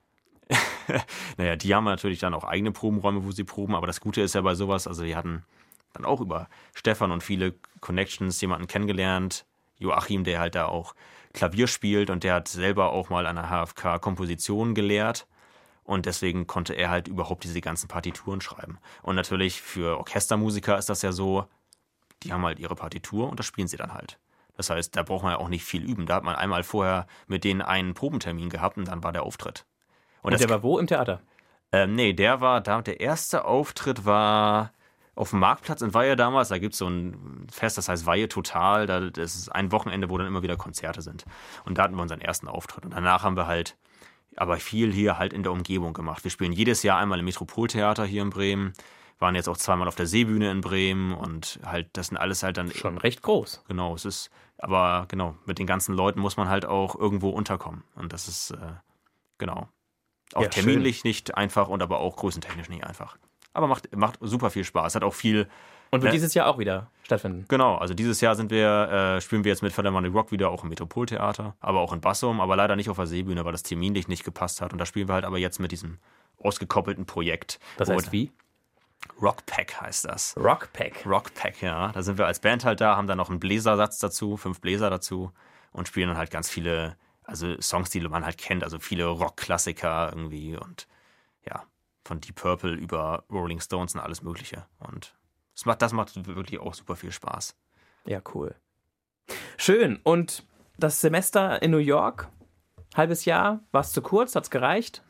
Naja, die haben natürlich dann auch eigene Probenräume, wo sie proben, aber das Gute ist ja bei sowas, also wir hatten dann auch über Stefan und viele Connections jemanden kennengelernt, Joachim, der halt da auch Klavier spielt und der hat selber auch mal an der H F K Komposition gelehrt und deswegen konnte er halt überhaupt diese ganzen Partituren schreiben. Und natürlich für Orchestermusiker ist das ja so, die haben halt ihre Partitur und das spielen sie dann halt. Das heißt, da braucht man ja auch nicht viel üben. Da hat man einmal vorher mit denen einen Probentermin gehabt und dann war der Auftritt. Und, das, der war wo? Im Theater? Ähm, nee, der war da, der erste Auftritt war auf dem Marktplatz in Weihe damals. Da gibt es so ein Fest, das heißt Weihe Total. Da, das ist ein Wochenende, wo dann immer wieder Konzerte sind. Und da hatten wir unseren ersten Auftritt. Und danach haben wir halt aber viel hier halt in der Umgebung gemacht. Wir spielen jedes Jahr einmal im Metropoltheater hier in Bremen. Waren jetzt auch zweimal auf der Seebühne in Bremen und halt, das sind alles halt dann. Schon recht groß. Genau, es ist, aber genau, mit den ganzen Leuten muss man halt auch irgendwo unterkommen. Und das ist, äh, genau, auch Ja, terminlich schön. Nicht einfach und aber auch größentechnisch nicht einfach. Aber macht, macht super viel Spaß. Hat auch viel. Und wird ne, dieses Jahr auch wieder stattfinden? Genau, also dieses Jahr sind wir, äh, spielen wir jetzt mit Philharmonic Rock wieder auch im Metropoltheater, aber auch in Bassum, aber leider nicht auf der Seebühne, weil das terminlich nicht gepasst hat. Und da spielen wir halt aber jetzt mit diesem ausgekoppelten Projekt. Das heißt wie? Rockpack heißt das. Rockpack. Rockpack, ja. Da sind wir als Band halt da, haben dann noch einen Bläsersatz dazu, fünf Bläser dazu und spielen dann halt ganz viele, also Songs, die man halt kennt, also viele Rockklassiker irgendwie und ja, von Deep Purple über Rolling Stones und alles Mögliche. Und das macht, das macht wirklich auch super viel Spaß. Ja, cool. Schön. Und das Semester in New York, Halbes Jahr? War es zu kurz? Hat's gereicht?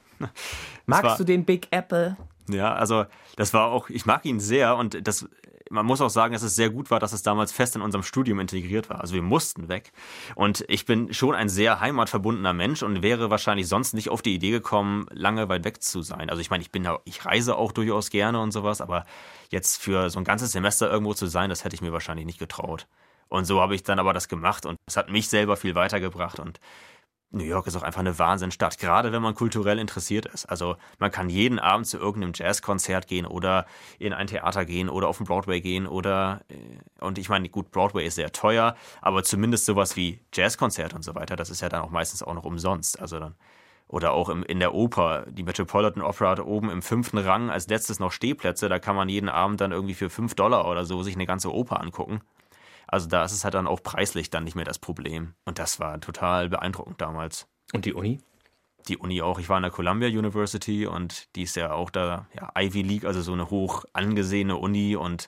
Magst war, du den Big Apple? Ja, also das war auch, ich mag ihn sehr und das, man muss auch sagen, dass es sehr gut war, dass es damals fest in unserem Studium integriert war. Also wir mussten weg. Und ich bin schon ein sehr heimatverbundener Mensch und wäre wahrscheinlich sonst nicht auf die Idee gekommen, lange weit weg zu sein. Also ich meine, ich bin da, ich reise auch durchaus gerne und sowas, aber jetzt für so ein ganzes Semester irgendwo zu sein, das hätte ich mir wahrscheinlich nicht getraut. Und so habe ich dann aber das gemacht und es hat mich selber viel weitergebracht und New York ist auch einfach eine Wahnsinnsstadt, gerade wenn man kulturell interessiert ist. Also man kann jeden Abend zu irgendeinem Jazzkonzert gehen oder in ein Theater gehen oder auf den Broadway gehen oder, und ich meine, gut, Broadway ist sehr teuer, aber zumindest sowas wie Jazzkonzert und so weiter, das ist ja dann auch meistens auch noch umsonst. Also dann, oder auch im, in der Oper, die Metropolitan Opera hat oben im fünften Rang als letztes noch Stehplätze, da kann man jeden Abend dann irgendwie für fünf Dollar oder so sich eine ganze Oper angucken. Also da ist es halt dann auch preislich dann nicht mehr das Problem. Und das war total beeindruckend damals. Und die Uni? Die Uni auch. Ich war an der Columbia University und die ist ja auch da, ja, Ivy League, also so eine hoch angesehene Uni. Und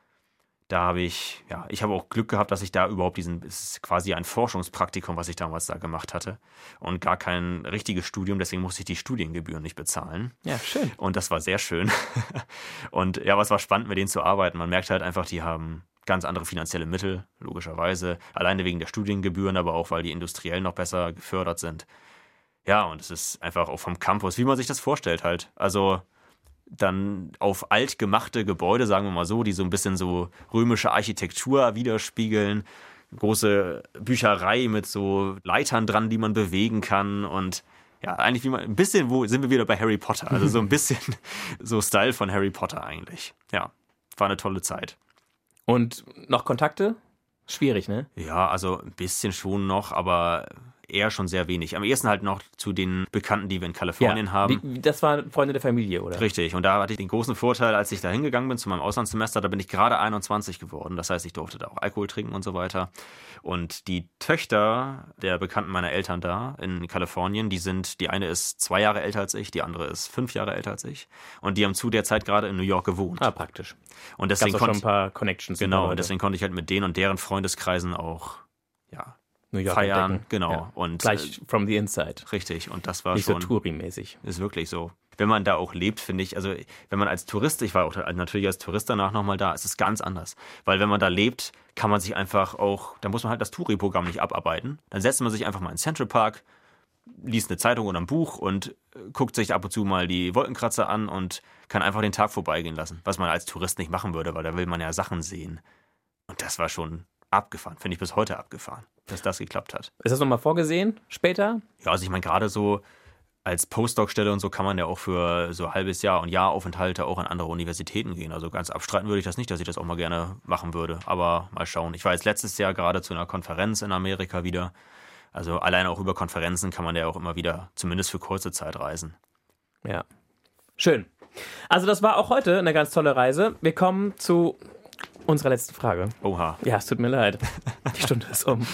da habe ich, ja, ich habe auch Glück gehabt, dass ich da überhaupt diesen, es ist quasi ein Forschungspraktikum, was ich damals da gemacht hatte. Und gar kein richtiges Studium, deswegen musste ich die Studiengebühren nicht bezahlen. Ja, schön. Und das war sehr schön. Und ja, aber es war spannend, mit denen zu arbeiten. Man merkt halt einfach, die haben ganz andere finanzielle Mittel, logischerweise. Alleine wegen der Studiengebühren, aber auch, weil die industriell noch besser gefördert sind. Ja, und es ist einfach auch vom Campus, wie man sich das vorstellt halt. Also dann auf altgemachte Gebäude, sagen wir mal so, die so ein bisschen so römische Architektur widerspiegeln. Große Bücherei mit so Leitern dran, die man bewegen kann und ja, eigentlich wie man, ein bisschen, wo sind wir wieder bei Harry Potter. Also so ein bisschen so Style von Harry Potter eigentlich. Ja, war eine tolle Zeit. Und noch Kontakte? Schwierig, ne? Ja, also ein bisschen schon noch, aber eher schon sehr wenig. Am ehesten halt noch zu den Bekannten, die wir in Kalifornien ja, haben. Die, das waren Freunde der Familie, oder? Richtig. Und da hatte ich den großen Vorteil, als ich da hingegangen bin zu meinem Auslandssemester, da bin ich gerade einundzwanzig geworden. Das heißt, ich durfte da auch Alkohol trinken und so weiter. Und die Töchter der Bekannten meiner Eltern da in Kalifornien, die sind, die eine ist zwei Jahre älter als ich, die andere ist fünf Jahre älter als ich. Und die haben zu der Zeit gerade in New York gewohnt. Ah, praktisch. Und deswegen gab's auch schon ein paar Connections. Genau, und deswegen konnte ich halt mit denen und deren Freundeskreisen auch, ja, New York feiern, entdecken. Genau. Ja. Und gleich from the inside. Richtig, und das war nicht schon... Nicht so Touri-mäßig. Ist wirklich so. Wenn man da auch lebt, finde ich, also wenn man als Tourist, ich war auch natürlich als Tourist danach nochmal da, ist es ganz anders. Weil wenn man da lebt, kann man sich einfach auch, da muss man halt das Touri-Programm nicht abarbeiten. Dann setzt man sich einfach mal in Central Park, liest eine Zeitung oder ein Buch und guckt sich ab und zu mal die Wolkenkratzer an und kann einfach den Tag vorbeigehen lassen. Was man als Tourist nicht machen würde, weil da will man ja Sachen sehen. Und das war schon abgefahren, finde ich bis heute abgefahren, dass das geklappt hat. Ist das nochmal vorgesehen später? Ja, also ich meine, gerade so als Postdoc-Stelle und so kann man ja auch für so ein halbes Jahr und Jahraufenthalte auch an andere Universitäten gehen. Also ganz abstreiten würde ich das nicht, dass ich das auch mal gerne machen würde. Aber mal schauen. Ich war jetzt letztes Jahr gerade zu einer Konferenz in Amerika wieder. Also alleine auch über Konferenzen kann man ja auch immer wieder, zumindest für kurze Zeit, reisen. Ja, schön. Also das war auch heute eine ganz tolle Reise. Wir kommen zu unserer letzten Frage. Oha. Ja, es tut mir leid. Die Stunde ist um.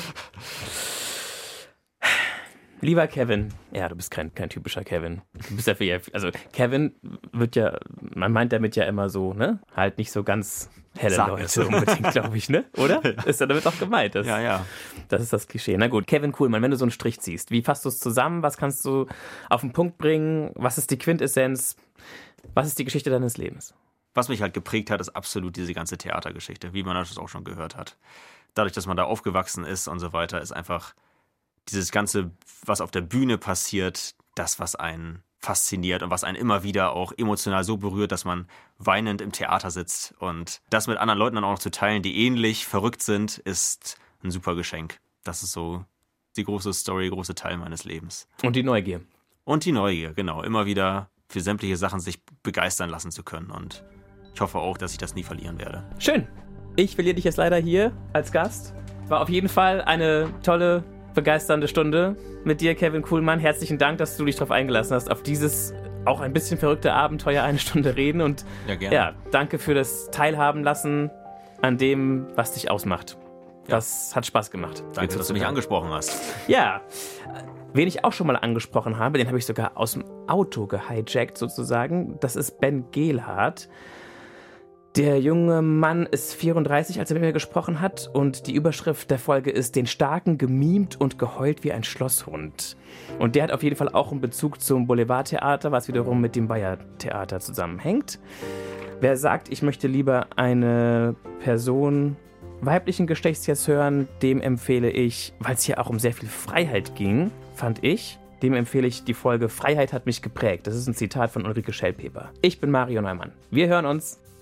Lieber Kevin, ja, du bist kein, kein typischer Kevin. Du bist ja für, also Kevin wird ja, man meint damit ja immer so, ne? Halt nicht so ganz helle Sag Leute es. unbedingt, glaube ich, ne? Oder? Ja. Ist ja damit auch gemeint. Das, ja, ja. Das ist das Klischee. Na gut, Kevin Kuhlmann, wenn du so einen Strich ziehst, wie fasst du es zusammen? Was kannst du auf den Punkt bringen? Was ist die Quintessenz? Was ist die Geschichte deines Lebens? Was mich halt geprägt hat, ist absolut diese ganze Theatergeschichte, wie man das auch schon gehört hat. Dadurch, dass man da aufgewachsen ist und so weiter, ist einfach dieses Ganze, was auf der Bühne passiert, das, was einen fasziniert und was einen immer wieder auch emotional so berührt, dass man weinend im Theater sitzt. Und das mit anderen Leuten dann auch noch zu teilen, die ähnlich verrückt sind, ist ein super Geschenk. Das ist so die große Story, große Teil meines Lebens. Und die Neugier. Und die Neugier, genau. Immer wieder für sämtliche Sachen sich begeistern lassen zu können. Und ich hoffe auch, dass ich das nie verlieren werde. Schön. Ich verliere dich jetzt leider hier als Gast. War auf jeden Fall eine tolle, begeisternde Stunde mit dir, Kevin Kuhlmann. Herzlichen Dank, dass du dich darauf eingelassen hast, auf dieses auch ein bisschen verrückte Abenteuer eine Stunde reden. Und ja, gerne. Ja, danke für das Teilhaben lassen an dem, was dich ausmacht. Das ja. hat Spaß gemacht. Danke, dass du mich angesprochen hast. Ja, wen ich auch schon mal angesprochen habe, den habe ich sogar aus dem Auto gehijackt sozusagen. Das ist Ben Gehlhardt. Der junge Mann ist vierunddreißig, als er mit mir gesprochen hat, und die Überschrift der Folge ist "Den Starken gemimt und geheult wie ein Schlosshund". Und der hat auf jeden Fall auch einen Bezug zum Boulevardtheater, was wiederum mit dem Weiher-Theater zusammenhängt. Wer sagt, ich möchte lieber eine Person weiblichen Geschlechts jetzt hören, dem empfehle ich, weil es hier auch um sehr viel Freiheit ging, fand ich, dem empfehle ich die Folge "Freiheit hat mich geprägt". Das ist ein Zitat von Ulrike Schellpeper. Ich bin Mario Neumann. Wir hören uns.